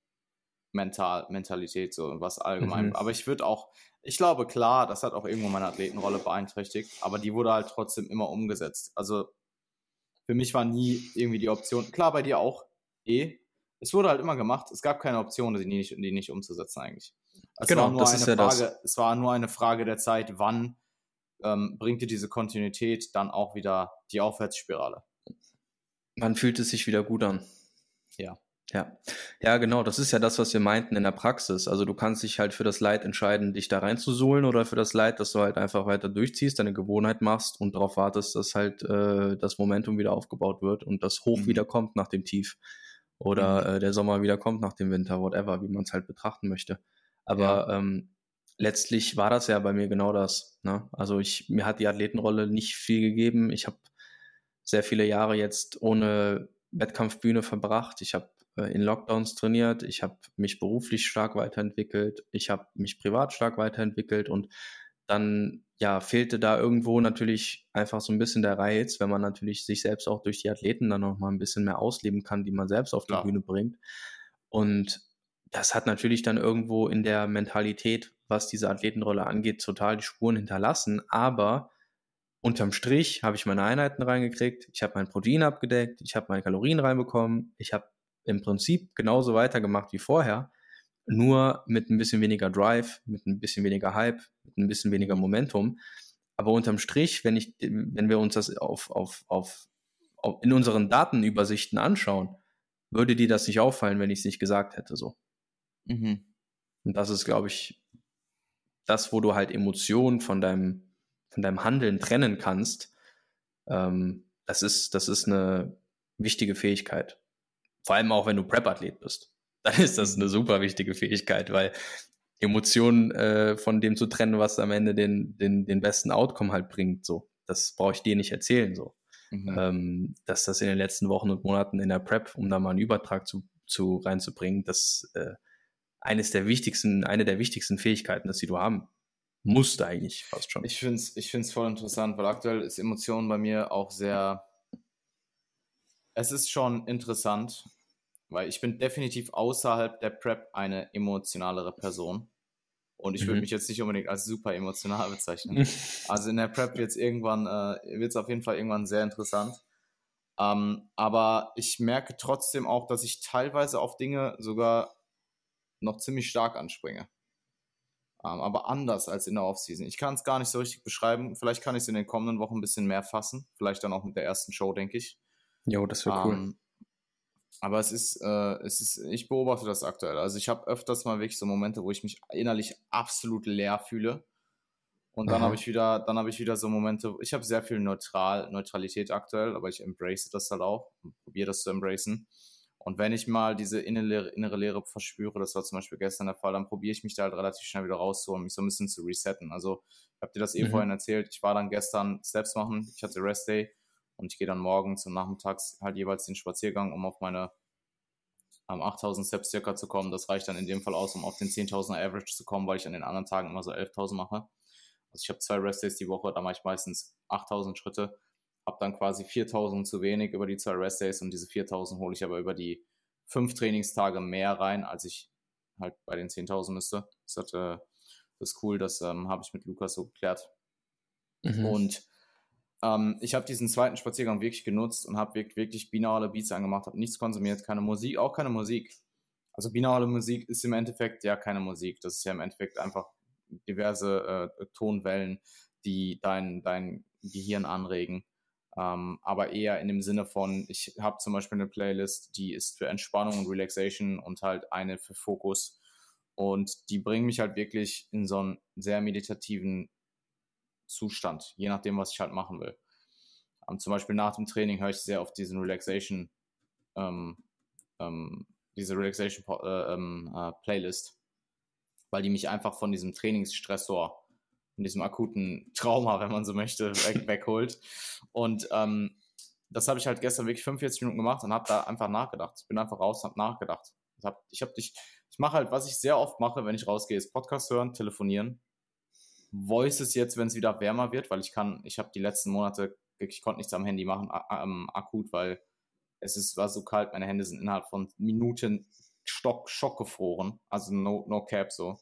[SPEAKER 1] Mentalität, so was allgemein. Aber ich glaube, klar, das hat auch irgendwo meine Athletenrolle beeinträchtigt, aber die wurde halt trotzdem immer umgesetzt. Also für mich war nie irgendwie die Option, klar, bei dir auch, es wurde halt immer gemacht, es gab keine Option, die nicht umzusetzen eigentlich. Es war nur eine Frage der Zeit, wann bringt dir diese Kontinuität dann auch wieder die Aufwärtsspirale.
[SPEAKER 2] Wann fühlt es sich wieder gut an?
[SPEAKER 1] Ja.
[SPEAKER 2] Ja, genau, das ist ja das, was wir meinten in der Praxis. Also du kannst dich halt für das Leid entscheiden, dich da reinzusuhlen oder für das Leid, dass du halt einfach weiter durchziehst, deine Gewohnheit machst und darauf wartest, dass halt das Momentum wieder aufgebaut wird und das Hoch wieder kommt nach dem Tief oder der Sommer wieder kommt nach dem Winter, whatever, wie man es halt betrachten möchte. Aber letztlich war das ja bei mir genau das, ne? Also mir hat die Athletenrolle nicht viel gegeben. Ich habe sehr viele Jahre jetzt ohne Wettkampfbühne verbracht. Ich habe in Lockdowns trainiert, ich habe mich beruflich stark weiterentwickelt, ich habe mich privat stark weiterentwickelt und dann fehlte da irgendwo natürlich einfach so ein bisschen der Reiz, wenn man natürlich sich selbst auch durch die Athleten dann noch mal ein bisschen mehr ausleben kann, die man selbst auf die Bühne bringt. Und das hat natürlich dann irgendwo in der Mentalität, was diese Athletenrolle angeht, total die Spuren hinterlassen, aber unterm Strich habe ich meine Einheiten reingekriegt, ich habe mein Protein abgedeckt, ich habe meine Kalorien reinbekommen, ich habe im Prinzip genauso weitergemacht wie vorher, nur mit ein bisschen weniger Drive, mit ein bisschen weniger Hype, mit ein bisschen weniger Momentum. Aber unterm Strich, wenn wir uns das in unseren Datenübersichten anschauen, würde dir das nicht auffallen, wenn ich es nicht gesagt hätte, so.
[SPEAKER 1] Mhm.
[SPEAKER 2] Und das ist, glaube ich, das, wo du halt Emotionen von deinem Handeln trennen kannst. Das ist eine wichtige Fähigkeit. Vor allem auch, wenn du Prep-Athlet bist. Dann ist das eine super wichtige Fähigkeit, weil Emotionen von dem zu trennen, was am Ende den besten Outcome halt bringt, so. Das brauche ich dir nicht erzählen, so. Dass das in den letzten Wochen und Monaten in der Prep, um da mal einen Übertrag zu reinzubringen, das eine der wichtigsten Fähigkeiten ist, die du haben musst eigentlich fast schon.
[SPEAKER 1] Ich find's voll interessant, weil aktuell ist Emotionen bei mir auch es ist schon interessant, weil ich bin definitiv außerhalb der Prep eine emotionalere Person. Und ich würde mich jetzt nicht unbedingt als super emotional bezeichnen. Also in der Prep wird's auf jeden Fall irgendwann sehr interessant. Aber ich merke trotzdem auch, dass ich teilweise auf Dinge sogar noch ziemlich stark anspringe. Aber anders als in der Offseason. Ich kann es gar nicht so richtig beschreiben. Vielleicht kann ich es in den kommenden Wochen ein bisschen mehr fassen. Vielleicht dann auch mit der ersten Show, denke ich.
[SPEAKER 2] Jo, das wäre cool.
[SPEAKER 1] Aber ich beobachte das aktuell. Also ich habe öfters mal wirklich so Momente, wo ich mich innerlich absolut leer fühle. Und dann habe ich wieder so Momente, ich habe sehr viel Neutralität aktuell, aber ich embrace das halt auch und probiere das zu embracen. Und wenn ich mal diese innere Leere verspüre, das war zum Beispiel gestern der Fall, dann probiere ich mich da halt relativ schnell wieder rauszuholen, mich so ein bisschen zu resetten. Also ich habe dir das vorhin erzählt, ich war dann gestern Steps machen, ich hatte Rest Day und ich gehe dann morgens und nachmittags halt jeweils den Spaziergang, um auf meine 8.000 Steps circa zu kommen. Das reicht dann in dem Fall aus, um auf den 10.000er Average zu kommen, weil ich an den anderen Tagen immer so 11.000 mache. Also ich habe 2 Rest Days die Woche, da mache ich meistens 8.000 Schritte, habe dann quasi 4.000 zu wenig über die 2 Rest Days und diese 4.000 hole ich aber über die 5 Trainingstage mehr rein, als ich halt bei den 10.000 müsste. Das ist cool, das habe ich mit Lukas so geklärt. Und ich habe diesen zweiten Spaziergang wirklich genutzt und habe wirklich binaurale Beats angemacht, habe nichts konsumiert, keine Musik, auch keine Musik. Also binaurale Musik ist im Endeffekt ja keine Musik, das ist ja im Endeffekt einfach diverse Tonwellen, die dein Gehirn anregen. Aber eher in dem Sinne von, ich habe zum Beispiel eine Playlist, die ist für Entspannung und Relaxation und halt eine für Fokus. Und die bringen mich halt wirklich in so einen sehr meditativen Zustand, je nachdem, was ich halt machen will. Zum Beispiel nach dem Training höre ich sehr auf diesen Playlist, weil die mich einfach von diesem Trainingsstressor, von diesem akuten Trauma, wenn man so möchte, wegholt. Und das habe ich halt gestern wirklich 45 Minuten gemacht und habe da einfach nachgedacht. Ich bin einfach raus und habe nachgedacht. Ich mache halt, was ich sehr oft mache, wenn ich rausgehe, ist Podcast hören, telefonieren. Voices jetzt, wenn es wieder wärmer wird, weil ich habe die letzten Monate, ich konnte nichts am Handy machen, akut, weil war so kalt, meine Hände sind innerhalb von Minuten schockgefroren, also no cap so.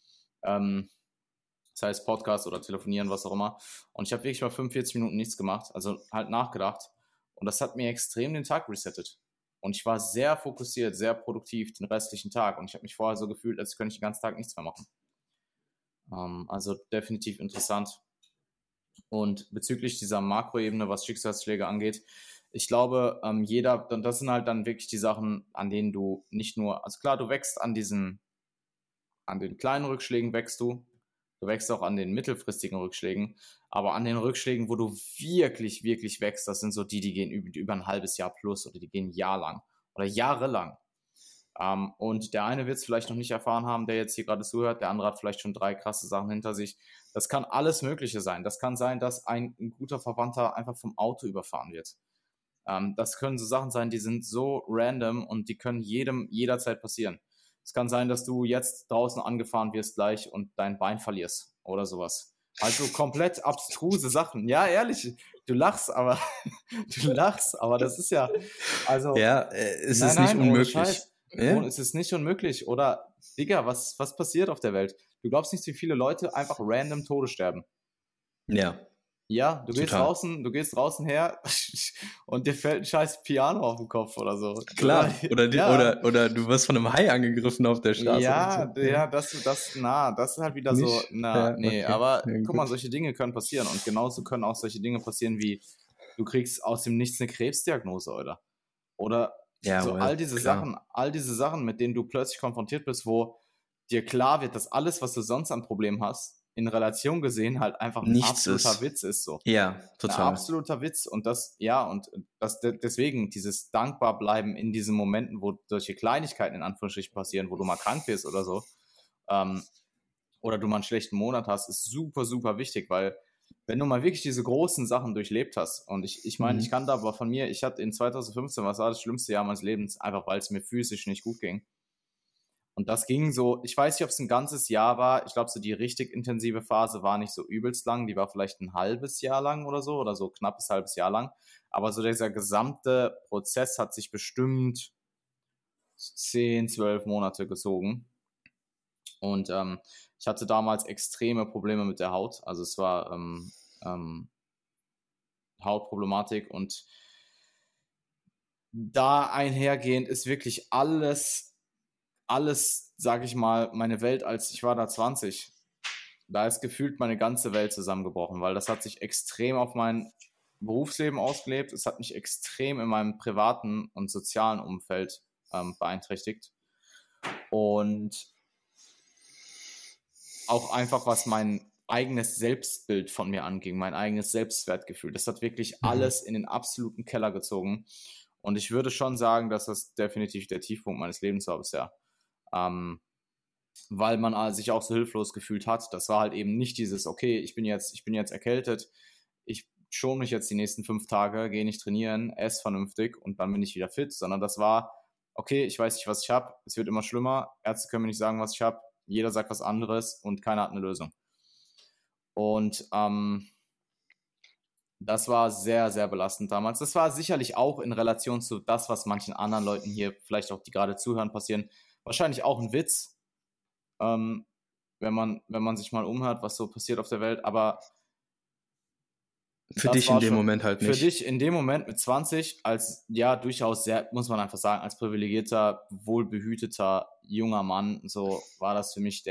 [SPEAKER 1] Das heißt Podcast oder telefonieren, was auch immer. Und ich habe wirklich mal 45 Minuten nichts gemacht, also halt nachgedacht. Und das hat mir extrem den Tag resettet. Und ich war sehr fokussiert, sehr produktiv den restlichen Tag. Und ich habe mich vorher so gefühlt, als könnte ich den ganzen Tag nichts mehr machen. Also definitiv interessant. Und bezüglich dieser Makroebene, was Schicksalsschläge angeht, ich glaube, das sind halt dann wirklich die Sachen, an denen du nicht nur, also klar, du wächst an den kleinen Rückschlägen wächst du wächst auch an den mittelfristigen Rückschlägen, aber an den Rückschlägen, wo du wirklich, wirklich wächst, das sind so die gehen über ein halbes Jahr plus oder die gehen ein Jahr lang oder jahrelang. Und der eine wird es vielleicht noch nicht erfahren haben, der jetzt hier gerade zuhört, der andere hat vielleicht schon 3 krasse Sachen hinter sich. Das kann alles Mögliche sein. Das kann sein, dass ein guter Verwandter einfach vom Auto überfahren wird. Das können so Sachen sein, die sind so random und die können jedem jederzeit passieren. Es kann sein, dass du jetzt draußen angefahren wirst gleich und dein Bein verlierst oder sowas. Also komplett abstruse Sachen. Ja, ehrlich, du lachst, aber das ist ja, also.
[SPEAKER 2] Ja, es ist nicht unmöglich.
[SPEAKER 1] Ja? Es ist nicht unmöglich. Oder, Digga, was passiert auf der Welt? Du glaubst nicht, wie viele Leute einfach random Tode sterben.
[SPEAKER 2] Ja.
[SPEAKER 1] Ja,
[SPEAKER 2] Total.
[SPEAKER 1] Du gehst draußen her und dir fällt ein scheiß Piano auf den Kopf oder so.
[SPEAKER 2] Klar.
[SPEAKER 1] Ja,
[SPEAKER 2] Oder du wirst von einem Hai angegriffen auf der Straße oder so.
[SPEAKER 1] ja, das ist halt wieder so,
[SPEAKER 2] Nicht? Ja,
[SPEAKER 1] nee,
[SPEAKER 2] okay.
[SPEAKER 1] aber
[SPEAKER 2] Ja,
[SPEAKER 1] guck mal,
[SPEAKER 2] gut.
[SPEAKER 1] solche Dinge können passieren und genauso können auch solche Dinge passieren wie, du kriegst aus dem Nichts eine Krebsdiagnose, oder
[SPEAKER 2] Ja,
[SPEAKER 1] so
[SPEAKER 2] well, klar.
[SPEAKER 1] all diese Sachen, mit denen du plötzlich konfrontiert bist, wo dir klar wird, dass alles, was du sonst an Problemen hast, in Relation gesehen halt einfach ein
[SPEAKER 2] Nichts
[SPEAKER 1] absoluter
[SPEAKER 2] ist.
[SPEAKER 1] Witz ist, so.
[SPEAKER 2] Ja,
[SPEAKER 1] Ein
[SPEAKER 2] total.
[SPEAKER 1] absoluter Witz und deswegen dieses dankbar bleiben in diesen Momenten, wo solche Kleinigkeiten in Anführungsstrichen passieren, wo du mal krank bist oder so, ähm, oder du mal einen schlechten Monat hast, ist super, super wichtig, weil wenn du mal wirklich diese großen Sachen durchlebt hast und ich meine, ich
[SPEAKER 2] Mhm.
[SPEAKER 1] kann da aber von mir, ich hatte in 2015, was war das schlimmste Jahr meines Lebens, einfach weil es mir physisch nicht gut ging. Und das ging so, ich weiß nicht, ob es ein ganzes Jahr war. Ich glaube, so die richtig intensive Phase war nicht so übelst lang. Die war vielleicht ein halbes Jahr lang oder so knappes halbes Jahr lang. Aber so dieser gesamte Prozess hat sich bestimmt 10, 12 Monate gezogen. Und ich hatte damals extreme Probleme mit der Haut. Also es war Hautproblematik und da einhergehend ist wirklich alles, sage ich mal, meine Welt, als ich war da 20, da ist gefühlt meine ganze Welt zusammengebrochen, weil das hat sich extrem auf mein Berufsleben ausgelebt. Es hat mich extrem in meinem privaten und sozialen Umfeld beeinträchtigt. Und auch einfach, was mein eigenes Selbstbild von mir anging, mein eigenes Selbstwertgefühl. Das hat wirklich
[SPEAKER 2] Mhm.
[SPEAKER 1] alles in den absoluten Keller gezogen. Und ich würde schon sagen, dass das definitiv der Tiefpunkt meines Lebens war bisher. Ähm, weil man sich auch so hilflos gefühlt hat. Das war halt eben nicht dieses, okay, ich bin jetzt erkältet, ich schone mich jetzt die nächsten 5 Tage, gehe nicht trainieren, esse vernünftig und dann bin ich wieder fit, sondern das war, okay, ich weiß nicht, was ich habe, es wird immer schlimmer, Ärzte können mir nicht sagen, was ich habe, jeder sagt was anderes und keiner hat eine Lösung. Und das war sehr, sehr belastend damals. Das war sicherlich auch in Relation zu das, was manchen anderen Leuten hier, vielleicht auch die gerade zuhören, passieren, wahrscheinlich auch ein Witz, ähm, wenn man sich mal umhört, was so passiert auf der Welt. Aber
[SPEAKER 2] Für
[SPEAKER 1] das
[SPEAKER 2] dich in
[SPEAKER 1] war
[SPEAKER 2] dem
[SPEAKER 1] schon
[SPEAKER 2] Moment halt
[SPEAKER 1] für
[SPEAKER 2] nicht.
[SPEAKER 1] dich in dem Moment mit 20 als, ja, durchaus sehr, muss man einfach sagen, als privilegierter, wohlbehüteter junger Mann, so war das für mich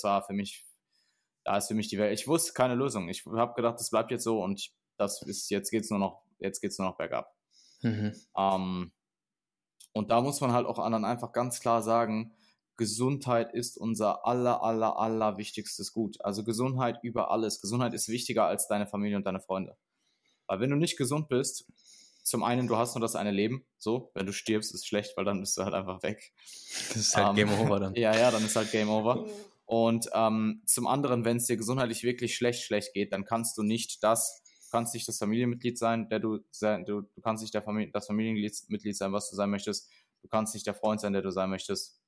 [SPEAKER 1] da ist für mich die Welt. Ich wusste keine Lösung. Ich habe gedacht, das bleibt jetzt so und jetzt geht's nur noch bergab.
[SPEAKER 2] Mhm.
[SPEAKER 1] Ähm, und da muss man halt auch anderen einfach ganz klar sagen, Gesundheit ist unser aller wichtigstes Gut. Also Gesundheit über alles. Gesundheit ist wichtiger als deine Familie und deine Freunde. Weil wenn du nicht gesund bist, zum einen, du hast nur das eine Leben, so, wenn du stirbst, ist schlecht, weil dann bist du halt einfach weg.
[SPEAKER 2] Das ist halt Game Over dann.
[SPEAKER 1] Ja, dann ist halt Game Over. Und zum anderen, wenn es dir gesundheitlich wirklich schlecht geht, dann kannst du nicht das Familienmitglied sein, du kannst nicht das Familienmitglied sein, was du sein möchtest. Du kannst nicht der Freund sein, der du sein möchtest.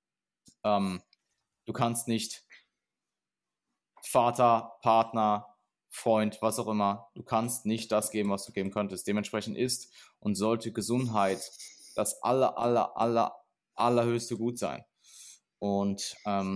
[SPEAKER 1] Du kannst nicht Vater, Partner, Freund, was auch immer. Du kannst nicht das geben, was du geben könntest. Dementsprechend ist und sollte Gesundheit das allerhöchste Gut sein. Und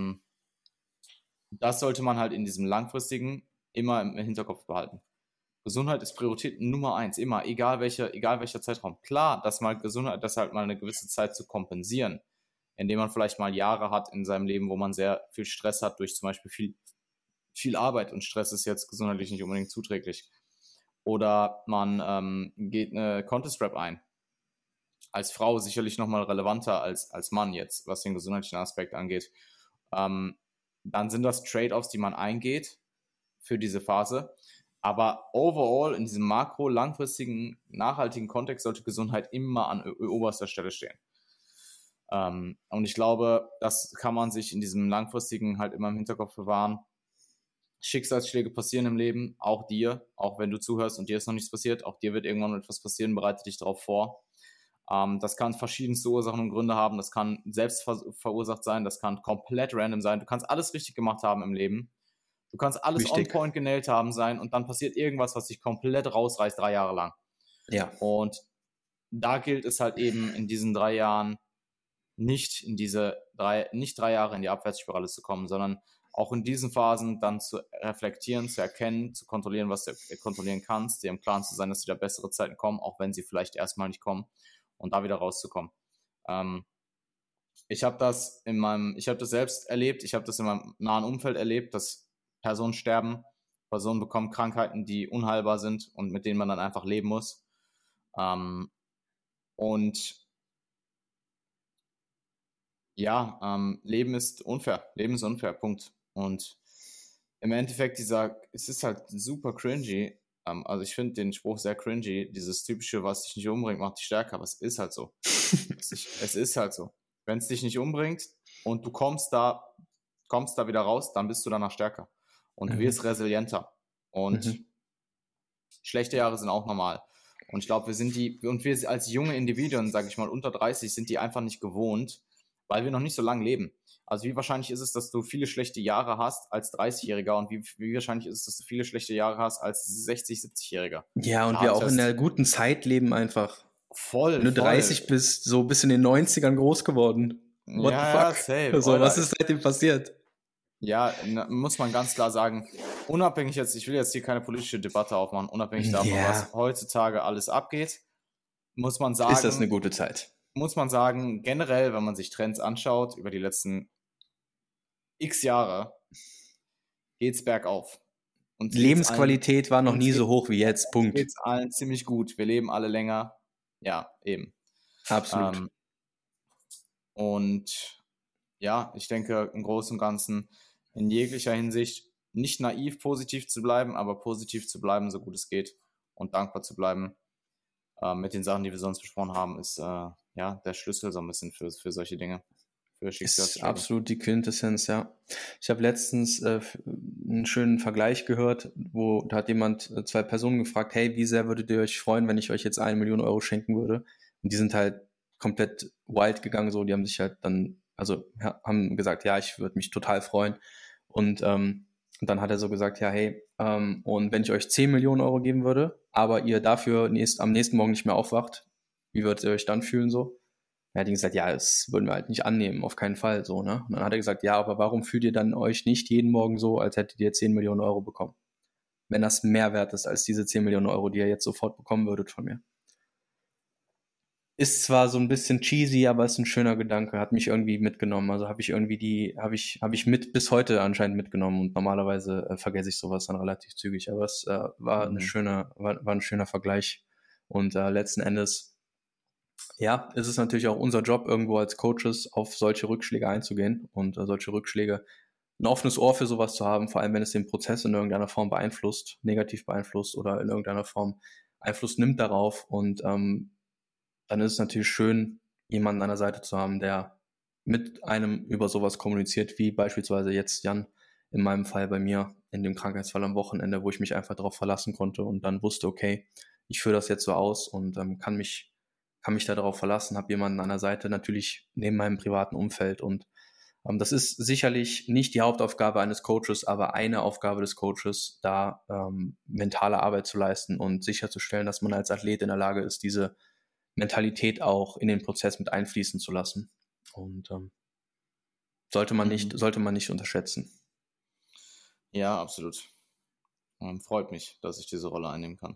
[SPEAKER 1] das sollte man halt in diesem langfristigen immer im Hinterkopf behalten. Gesundheit ist Priorität Nummer 1, immer, egal welcher Zeitraum. Klar, dass mal Gesundheit, das halt mal eine gewisse Zeit zu kompensieren, indem man vielleicht mal Jahre hat in seinem Leben, wo man sehr viel Stress hat, durch zum Beispiel viel Arbeit und Stress ist jetzt gesundheitlich nicht unbedingt zuträglich. Oder man geht eine Contest-Rap ein. Als Frau sicherlich nochmal relevanter als Mann jetzt, was den gesundheitlichen Aspekt angeht. Dann sind das Trade-offs, die man eingeht für diese Phase. Aber overall in diesem langfristigen, nachhaltigen Kontext sollte Gesundheit immer an oberster Stelle stehen. Und ich glaube, das kann man sich in diesem langfristigen halt immer im Hinterkopf bewahren. Schicksalsschläge passieren im Leben, auch dir, auch wenn du zuhörst und dir ist noch nichts passiert, auch dir wird irgendwann etwas passieren, bereite dich darauf vor. Das kann verschiedenste Ursachen und Gründe haben, das kann selbst verursacht sein, das kann komplett random sein, du kannst alles richtig gemacht haben im Leben, du kannst alles on
[SPEAKER 2] Wichtig.
[SPEAKER 1] point genäht haben sein und dann passiert irgendwas, was dich komplett rausreißt 3 Jahre lang.
[SPEAKER 2] Ja.
[SPEAKER 1] Und da gilt es halt eben in diesen 3 Jahren nicht 3 Jahre in die Abwärtsspirale zu kommen, sondern auch in diesen Phasen dann zu reflektieren, zu erkennen, zu kontrollieren, was du kontrollieren kannst, dir im Klaren zu sein, dass wieder bessere Zeiten kommen, auch wenn sie vielleicht erstmal nicht kommen, und da wieder rauszukommen. Ich habe das selbst erlebt, ich habe das in meinem nahen Umfeld erlebt, dass Personen sterben, Personen bekommen Krankheiten, die unheilbar sind und mit denen man dann einfach leben muss. Und ja, Leben ist unfair, Punkt. Und im Endeffekt es ist halt super cringy, also ich finde den Spruch sehr cringy, dieses typische, was dich nicht umbringt, macht dich stärker, aber es ist halt so. Es ist halt so. Wenn es dich nicht umbringt und du kommst da wieder raus, dann bist du danach stärker und du wirst resilienter. Und schlechte Jahre sind auch normal. Und ich glaube, wir als junge Individuen, sage ich mal, unter 30, sind die einfach nicht gewohnt, weil wir noch nicht so lange leben. Also wie wahrscheinlich ist es, dass du viele schlechte Jahre hast als 30-Jähriger und wie wahrscheinlich ist es, dass du viele schlechte Jahre hast als 60-, 70-Jähriger?
[SPEAKER 2] Ja, und wir auch in der guten Zeit leben einfach.
[SPEAKER 1] Voll.
[SPEAKER 2] Wenn du 30 bist, so bis in den 90ern groß geworden. What the fuck?
[SPEAKER 1] Safe.
[SPEAKER 2] Also, was ist seitdem passiert?
[SPEAKER 1] Ja, muss man ganz klar sagen, unabhängig ich will jetzt hier keine politische Debatte aufmachen, unabhängig davon, was heutzutage alles abgeht, muss man sagen.
[SPEAKER 2] Ist das eine gute Zeit?
[SPEAKER 1] Muss man sagen, generell, wenn man sich Trends anschaut, über die letzten x Jahre, geht's bergauf. Und
[SPEAKER 2] Lebensqualität war noch nie so hoch wie jetzt, Punkt.
[SPEAKER 1] Geht's allen ziemlich gut, wir leben alle länger, ja, eben.
[SPEAKER 2] Absolut.
[SPEAKER 1] Und ja, ich denke, im Großen und Ganzen in jeglicher Hinsicht nicht naiv positiv zu bleiben, aber positiv zu bleiben, so gut es geht, und dankbar zu bleiben mit den Sachen, die wir sonst besprochen haben, ist der Schlüssel so ein bisschen für solche Dinge.
[SPEAKER 2] Ist absolut die Quintessenz, ja. Ich habe letztens einen schönen Vergleich gehört, da hat jemand 2 Personen gefragt, hey, wie sehr würdet ihr euch freuen, wenn ich euch jetzt 1 Million Euro schenken würde? Und die sind halt komplett wild gegangen, so, die haben sich halt dann, haben gesagt, ja, ich würde mich total freuen. Und dann hat er so gesagt, ja, hey, und wenn ich euch 10 Millionen Euro geben würde, aber ihr dafür am nächsten Morgen nicht mehr aufwacht, wie würdet ihr euch dann fühlen so? Er hat gesagt, ja, das würden wir halt nicht annehmen, auf keinen Fall so, ne? Und dann hat er gesagt, ja, aber warum fühlt ihr dann euch nicht jeden Morgen so, als hättet ihr 10 Millionen Euro bekommen? Wenn das mehr wert ist als diese 10 Millionen Euro, die ihr jetzt sofort bekommen würdet von mir. Ist zwar so ein bisschen cheesy, aber ist ein schöner Gedanke, hat mich irgendwie mitgenommen. Also habe ich mit bis heute anscheinend mitgenommen und normalerweise vergesse ich sowas dann relativ zügig. Aber es war ein schöner Vergleich. Und letzten Endes, ja, ist es natürlich auch unser Job, irgendwo als Coaches auf solche Rückschläge einzugehen und solche Rückschläge, ein offenes Ohr für sowas zu haben, vor allem wenn es den Prozess in irgendeiner Form beeinflusst, negativ beeinflusst oder in irgendeiner Form Einfluss nimmt darauf. Und dann ist es natürlich schön, jemanden an der Seite zu haben, der mit einem über sowas kommuniziert, wie beispielsweise jetzt Jan, in meinem Fall bei mir, in dem Krankheitsfall am Wochenende, wo ich mich einfach darauf verlassen konnte und dann wusste, okay, ich führe das jetzt so aus und kann mich da darauf verlassen, habe jemanden an der Seite, natürlich neben meinem privaten Umfeld. Und das ist sicherlich nicht die Hauptaufgabe eines Coaches, aber eine Aufgabe des Coaches, da mentale Arbeit zu leisten und sicherzustellen, dass man als Athlet in der Lage ist, diese Mentalität auch in den Prozess mit einfließen zu lassen. Und sollte man nicht unterschätzen.
[SPEAKER 1] Ja, absolut. Freut mich, dass ich diese Rolle einnehmen kann.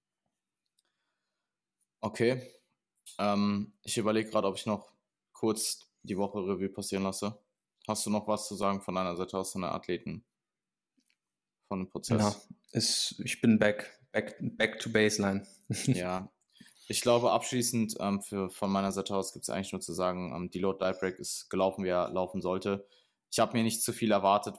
[SPEAKER 1] Okay. Ich überlege gerade, ob ich noch kurz die Woche Revue passieren lasse. Hast du noch was zu sagen von deiner Seite aus, von der Athleten? Von dem Prozess?
[SPEAKER 2] Ja, ich bin back to baseline.
[SPEAKER 1] Ja, ich glaube abschließend von meiner Seite aus gibt es eigentlich nur zu sagen, Deload Dive Break ist gelaufen, wie er laufen sollte. Ich habe mir nicht zu viel erwartet,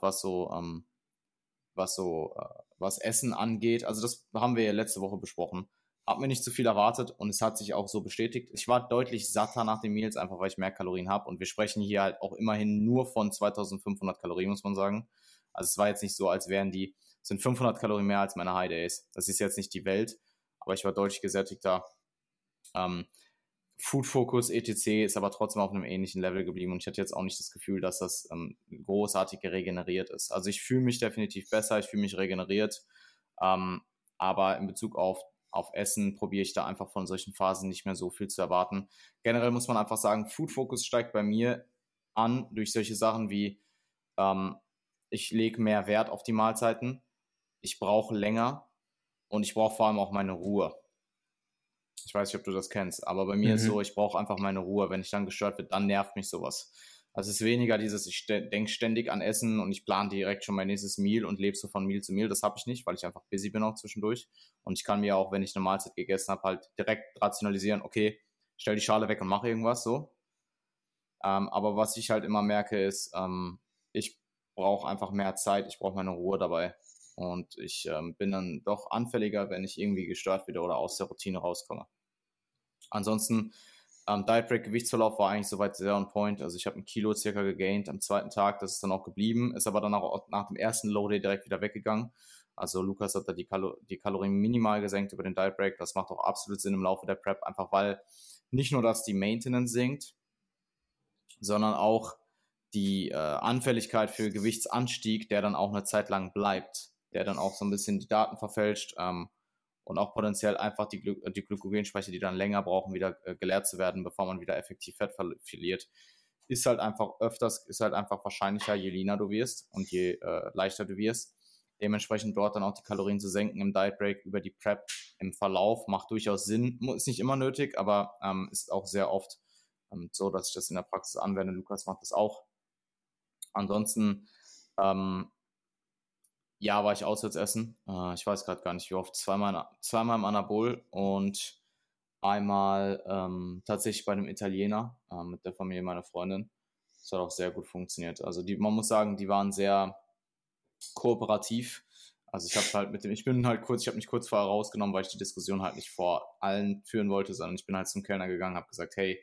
[SPEAKER 1] was Essen angeht. Also das haben wir ja letzte Woche besprochen. Hab mir nicht zu viel erwartet und es hat sich auch so bestätigt. Ich war deutlich satter nach den Meals, einfach weil ich mehr Kalorien habe. Und wir sprechen hier halt auch immerhin nur von 2500 Kalorien, muss man sagen. Also es war jetzt nicht so, als sind 500 Kalorien mehr als meine High Days. Das ist jetzt nicht die Welt, aber ich war deutlich gesättigter. Food Focus etc. ist aber trotzdem auf einem ähnlichen Level geblieben und ich hatte jetzt auch nicht das Gefühl, dass das großartig regeneriert ist. Also ich fühle mich definitiv besser, ich fühle mich regeneriert, aber in Bezug auf Essen probiere ich da einfach von solchen Phasen nicht mehr so viel zu erwarten. Generell muss man einfach sagen, Food Focus steigt bei mir an durch solche Sachen wie ich lege mehr Wert auf die Mahlzeiten, ich brauche länger und ich brauche vor allem auch meine Ruhe. Ich weiß nicht, ob du das kennst, aber bei mir ist so, ich brauche einfach meine Ruhe. Wenn ich dann gestört werde, dann nervt mich sowas. Also es ist weniger dieses, ich denke ständig an Essen und ich plane direkt schon mein nächstes Meal und lebe so von Meal zu Meal. Das habe ich nicht, weil ich einfach busy bin auch zwischendurch. Und ich kann mir auch, wenn ich eine Mahlzeit gegessen habe, halt direkt rationalisieren, okay, stell die Schale weg und mach irgendwas so. Aber was ich halt immer merke ist, ich brauche einfach mehr Zeit, ich brauche meine Ruhe dabei. Und ich bin dann doch anfälliger, wenn ich irgendwie gestört werde oder aus der Routine rauskomme. Ansonsten, Diet Break Gewichtsverlauf war eigentlich soweit sehr on point. Also ich habe 1 Kilo circa gegaint am zweiten Tag, das ist dann auch geblieben, ist aber dann auch nach dem ersten Low Day direkt wieder weggegangen. Also Lukas hat da die Kalorien minimal gesenkt über den Diet Break. Das macht auch absolut Sinn im Laufe der Prep, einfach weil nicht nur, dass die Maintenance sinkt, sondern auch die Anfälligkeit für Gewichtsanstieg, der dann auch eine Zeit lang bleibt, der dann auch so ein bisschen die Daten verfälscht und auch potenziell einfach die Glykogenspeicher, die dann länger brauchen, wieder geleert zu werden, bevor man wieder effektiv Fett verliert, ist halt einfach wahrscheinlicher, je leaner du wirst und je leichter du wirst. Dementsprechend dort dann auch die Kalorien zu senken im Diet Break über die Prep im Verlauf macht durchaus Sinn. Ist nicht immer nötig, aber ist auch sehr oft so, dass ich das in der Praxis anwende. Lukas macht das auch. Ansonsten, war ich auswärts essen. Ich weiß gerade gar nicht, wie oft. Zweimal im Anabol und einmal tatsächlich bei einem Italiener mit der Familie meiner Freundin. Das hat auch sehr gut funktioniert. Also man muss sagen, die waren sehr kooperativ. Also ich habe mich kurz vorher rausgenommen, weil ich die Diskussion halt nicht vor allen führen wollte, sondern ich bin halt zum Kellner gegangen, habe gesagt, hey,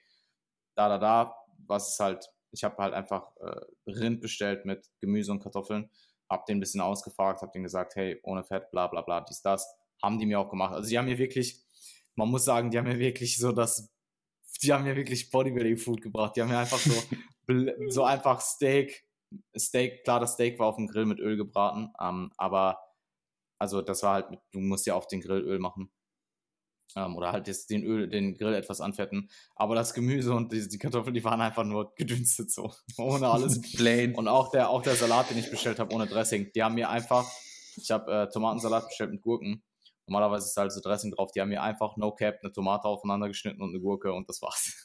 [SPEAKER 1] ich habe halt einfach Rind bestellt mit Gemüse und Kartoffeln, habe den ein bisschen ausgefragt, habe denen gesagt, hey, ohne Fett, bla bla bla, dies, das, haben die mir auch gemacht. Also die haben mir wirklich, man muss sagen, die haben mir wirklich Bodybuilding-Food gebracht. Die haben mir einfach so einfach Steak, klar, das Steak war auf dem Grill mit Öl gebraten, aber also das war halt, du musst ja auf den Grill Öl machen. Oder halt den Grill etwas anfetten. Aber das Gemüse und die Kartoffeln, die waren einfach nur gedünstet so. Ohne alles.
[SPEAKER 2] Plain.
[SPEAKER 1] Und auch der Salat, den ich bestellt habe, ohne Dressing. Ich habe Tomatensalat bestellt mit Gurken. Normalerweise ist halt so Dressing drauf. Die haben mir einfach no cap eine Tomate aufeinander geschnitten und eine Gurke und das war's.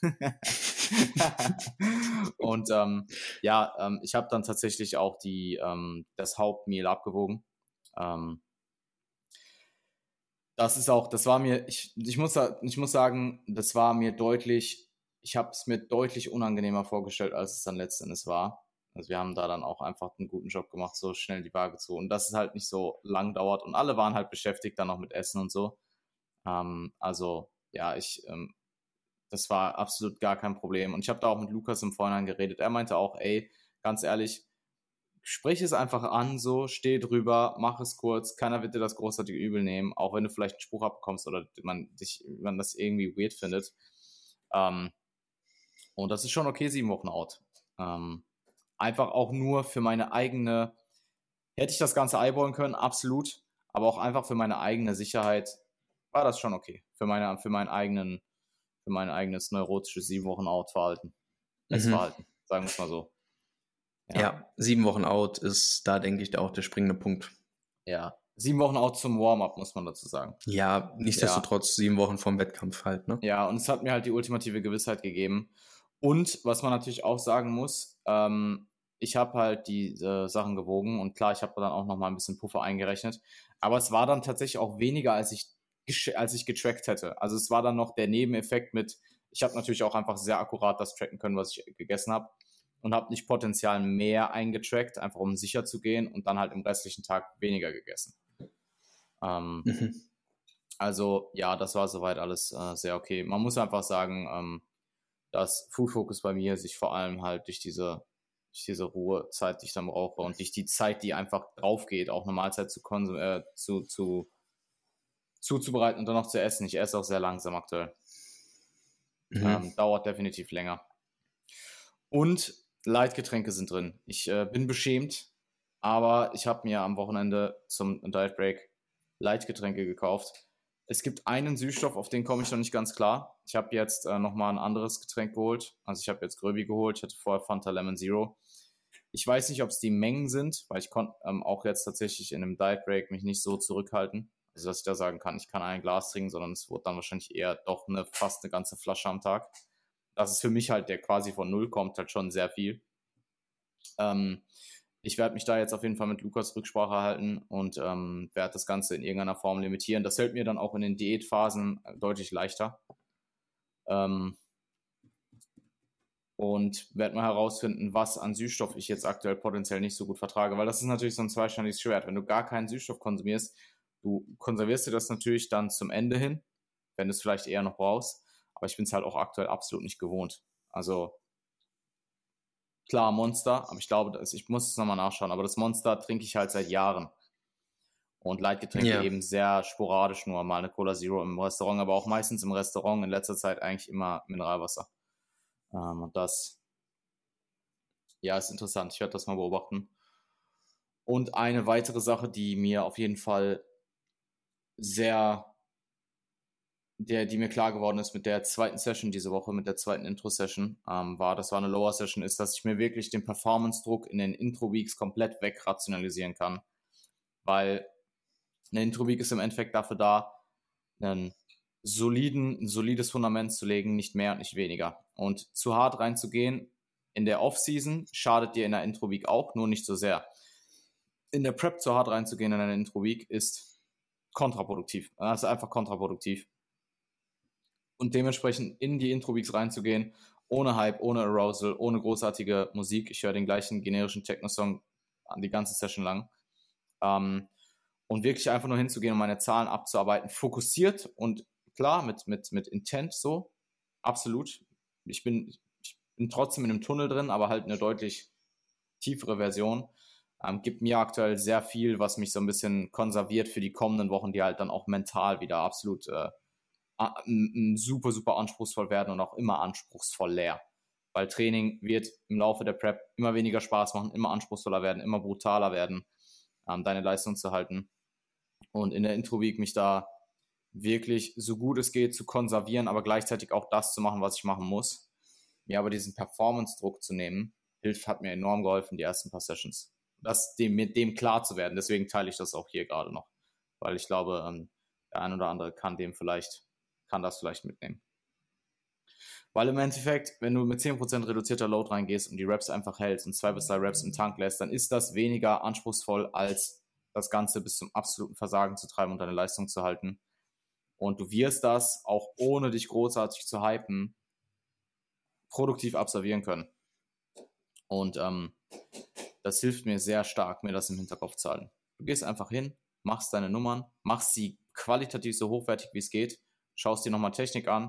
[SPEAKER 1] Und ich habe dann tatsächlich auch das Hauptmeal abgewogen. Ich muss sagen, ich habe es mir deutlich unangenehmer vorgestellt, als es dann letzten Endes war. Also wir haben da dann auch einfach einen guten Job gemacht, so schnell die Waage zu. Und dass es halt nicht so lang dauert und alle waren halt beschäftigt dann noch mit Essen und so. Das war absolut gar kein Problem. Und ich habe da auch mit Lukas im Vorhinein geredet. Er meinte auch, ey, ganz ehrlich, sprich es einfach an, so, steh drüber, mach es kurz, keiner wird dir das großartige übel nehmen, auch wenn du vielleicht einen Spruch abbekommst oder man das irgendwie weird findet. Und das ist schon okay, 7 Wochen out. Einfach auch nur für meine eigene, hätte ich das Ganze eyeballen können, absolut, aber auch einfach für meine eigene Sicherheit war das schon okay. Für mein eigenes neurotisches 7 Wochen out Verhalten. Essverhalten, sagen wir es mal so.
[SPEAKER 2] Ja, 7 Wochen out ist da, denke ich, auch der springende Punkt.
[SPEAKER 1] Ja, 7 Wochen out zum Warm-up, muss man dazu sagen.
[SPEAKER 2] Ja, nichtsdestotrotz 7 Wochen vom Wettkampf halt, ne?
[SPEAKER 1] Ja, und es hat mir halt die ultimative Gewissheit gegeben. Und was man natürlich auch sagen muss, ich habe halt diese Sachen gewogen und klar, ich habe dann auch nochmal ein bisschen Puffer eingerechnet. Aber es war dann tatsächlich auch weniger, als ich getrackt hätte. Also es war dann noch der Nebeneffekt ich habe natürlich auch einfach sehr akkurat das tracken können, was ich gegessen habe. Und habe nicht potenziell mehr eingetrackt, einfach um sicher zu gehen und dann halt im restlichen Tag weniger gegessen. Also ja, das war soweit alles sehr okay. Man muss einfach sagen, dass Food Focus bei mir sich vor allem halt durch diese Ruhezeit, die ich dann brauche und durch die Zeit, die einfach drauf geht, auch eine Mahlzeit zuzubereiten und dann noch zu essen. Ich esse auch sehr langsam aktuell. Dauert definitiv länger. Und Light-Getränke sind drin. Ich bin beschämt, aber ich habe mir am Wochenende zum Diet Break Light-Getränke gekauft. Es gibt einen Süßstoff, auf den komme ich noch nicht ganz klar. Ich habe jetzt nochmal ein anderes Getränk geholt. Also ich habe jetzt Gröbi geholt. Ich hatte vorher Fanta Lemon Zero. Ich weiß nicht, ob es die Mengen sind, weil ich konnte auch jetzt tatsächlich in einem Diet Break mich nicht so zurückhalten. Also, dass ich da sagen kann, ich kann ein Glas trinken, sondern es wird dann wahrscheinlich eher doch fast eine ganze Flasche am Tag. Das ist für mich halt, der quasi von Null kommt, halt schon sehr viel. Ich werde mich da jetzt auf jeden Fall mit Lukas Rücksprache halten und werde das Ganze in irgendeiner Form limitieren. Das fällt mir dann auch in den Diätphasen deutlich leichter. Und werde mal herausfinden, was an Süßstoff ich jetzt aktuell potenziell nicht so gut vertrage, weil das ist natürlich so ein zweischneidiges Schwert. Wenn du gar keinen Süßstoff konsumierst, du konservierst dir das natürlich dann zum Ende hin, wenn du es vielleicht eher noch brauchst, aber ich bin es halt auch aktuell absolut nicht gewohnt. Also klar, Monster, aber ich glaube, ich muss es nochmal nachschauen, aber das Monster trinke ich halt seit Jahren. Und Leitgetränke eben sehr sporadisch, nur mal eine Cola Zero im Restaurant, aber auch meistens im Restaurant, in letzter Zeit eigentlich immer Mineralwasser. Und das, ja, ist interessant. Ich werde das mal beobachten. Und eine weitere Sache, die mir auf jeden Fall die mir klar geworden ist mit der zweiten Session diese Woche, mit der zweiten Intro-Session, das war eine Lower-Session, ist, dass ich mir wirklich den Performance-Druck in den Intro-Weeks komplett wegrationalisieren kann. Weil eine Intro-Week ist im Endeffekt dafür da, ein solides Fundament zu legen, nicht mehr und nicht weniger. Und zu hart reinzugehen in der Off-Season schadet dir in der Intro-Week auch, nur nicht so sehr. In der Prep zu hart reinzugehen in einer Intro-Week ist kontraproduktiv. Das ist einfach kontraproduktiv. Und dementsprechend in die Intro-Weeks reinzugehen, ohne Hype, ohne Arousal, ohne großartige Musik. Ich höre den gleichen generischen Techno-Song die ganze Session lang. Und wirklich einfach nur hinzugehen und meine Zahlen abzuarbeiten, fokussiert und klar, mit Intent so, absolut. Ich bin trotzdem in einem Tunnel drin, aber halt eine deutlich tiefere Version. Gibt mir aktuell sehr viel, was mich so ein bisschen konserviert für die kommenden Wochen, die halt dann auch mental wieder absolut super, super anspruchsvoll werden und auch immer anspruchsvoller. Weil Training wird im Laufe der Prep immer weniger Spaß machen, immer anspruchsvoller werden, immer brutaler werden, deine Leistung zu halten. Und in der Intro-Week mich da wirklich so gut es geht zu konservieren, aber gleichzeitig auch das zu machen, was ich machen muss. Mir aber diesen Performance-Druck zu nehmen, hat mir enorm geholfen, die ersten paar Sessions. Mit dem klar zu werden. Deswegen teile ich das auch hier gerade noch. Weil ich glaube, der ein oder andere kann das vielleicht mitnehmen. Weil im Endeffekt, wenn du mit 10% reduzierter Load reingehst und die Reps einfach hältst und 2 bis 3 Reps im Tank lässt, dann ist das weniger anspruchsvoll, als das Ganze bis zum absoluten Versagen zu treiben und deine Leistung zu halten. Und du wirst das, auch ohne dich großartig zu hypen, produktiv absolvieren können. Und das hilft mir sehr stark, mir das im Hinterkopf zu halten. Du gehst einfach hin, machst deine Nummern, machst sie qualitativ so hochwertig, wie es geht, schaust dir nochmal Technik an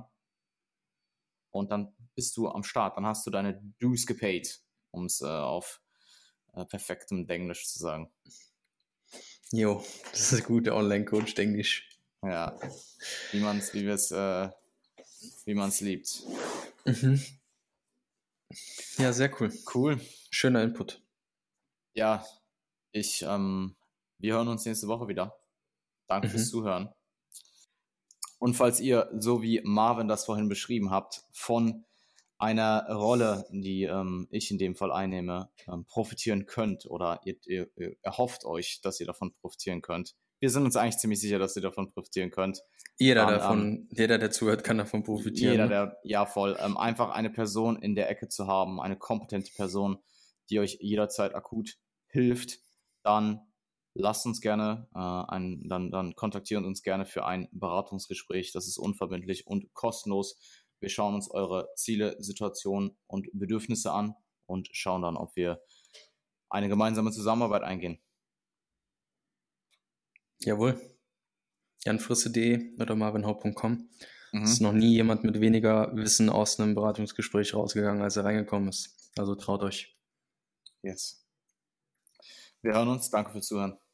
[SPEAKER 1] und dann bist du am Start. Dann hast du deine Dues gepaid, um es auf perfektem Englisch zu sagen.
[SPEAKER 2] Jo, das ist gut, Online-Coach-Englisch.
[SPEAKER 1] Ja, wie man es liebt.
[SPEAKER 2] Mhm. Ja, sehr cool.
[SPEAKER 1] Cool.
[SPEAKER 2] Schöner Input.
[SPEAKER 1] Ja, wir hören uns nächste Woche wieder. Danke fürs Zuhören. Und falls ihr, so wie Marvin das vorhin beschrieben habt, von einer Rolle, die ich in dem Fall einnehme, profitieren könnt oder ihr erhofft euch, dass ihr davon profitieren könnt. Wir sind uns eigentlich ziemlich sicher, dass ihr davon profitieren könnt.
[SPEAKER 2] Jeder, der zuhört, kann davon profitieren.
[SPEAKER 1] Voll. Einfach eine Person in der Ecke zu haben, eine kompetente Person, die euch jederzeit akut hilft, dann lasst uns gerne, dann kontaktiert uns gerne für ein Beratungsgespräch. Das ist unverbindlich und kostenlos. Wir schauen uns eure Ziele, Situationen und Bedürfnisse an und schauen dann, ob wir eine gemeinsame Zusammenarbeit eingehen.
[SPEAKER 2] Jawohl. janfrisse.de oder marvinhaupt.com. Ist noch nie jemand mit weniger Wissen aus einem Beratungsgespräch rausgegangen, als er reingekommen ist. Also traut euch.
[SPEAKER 1] Yes. Wir hören uns. Danke fürs Zuhören.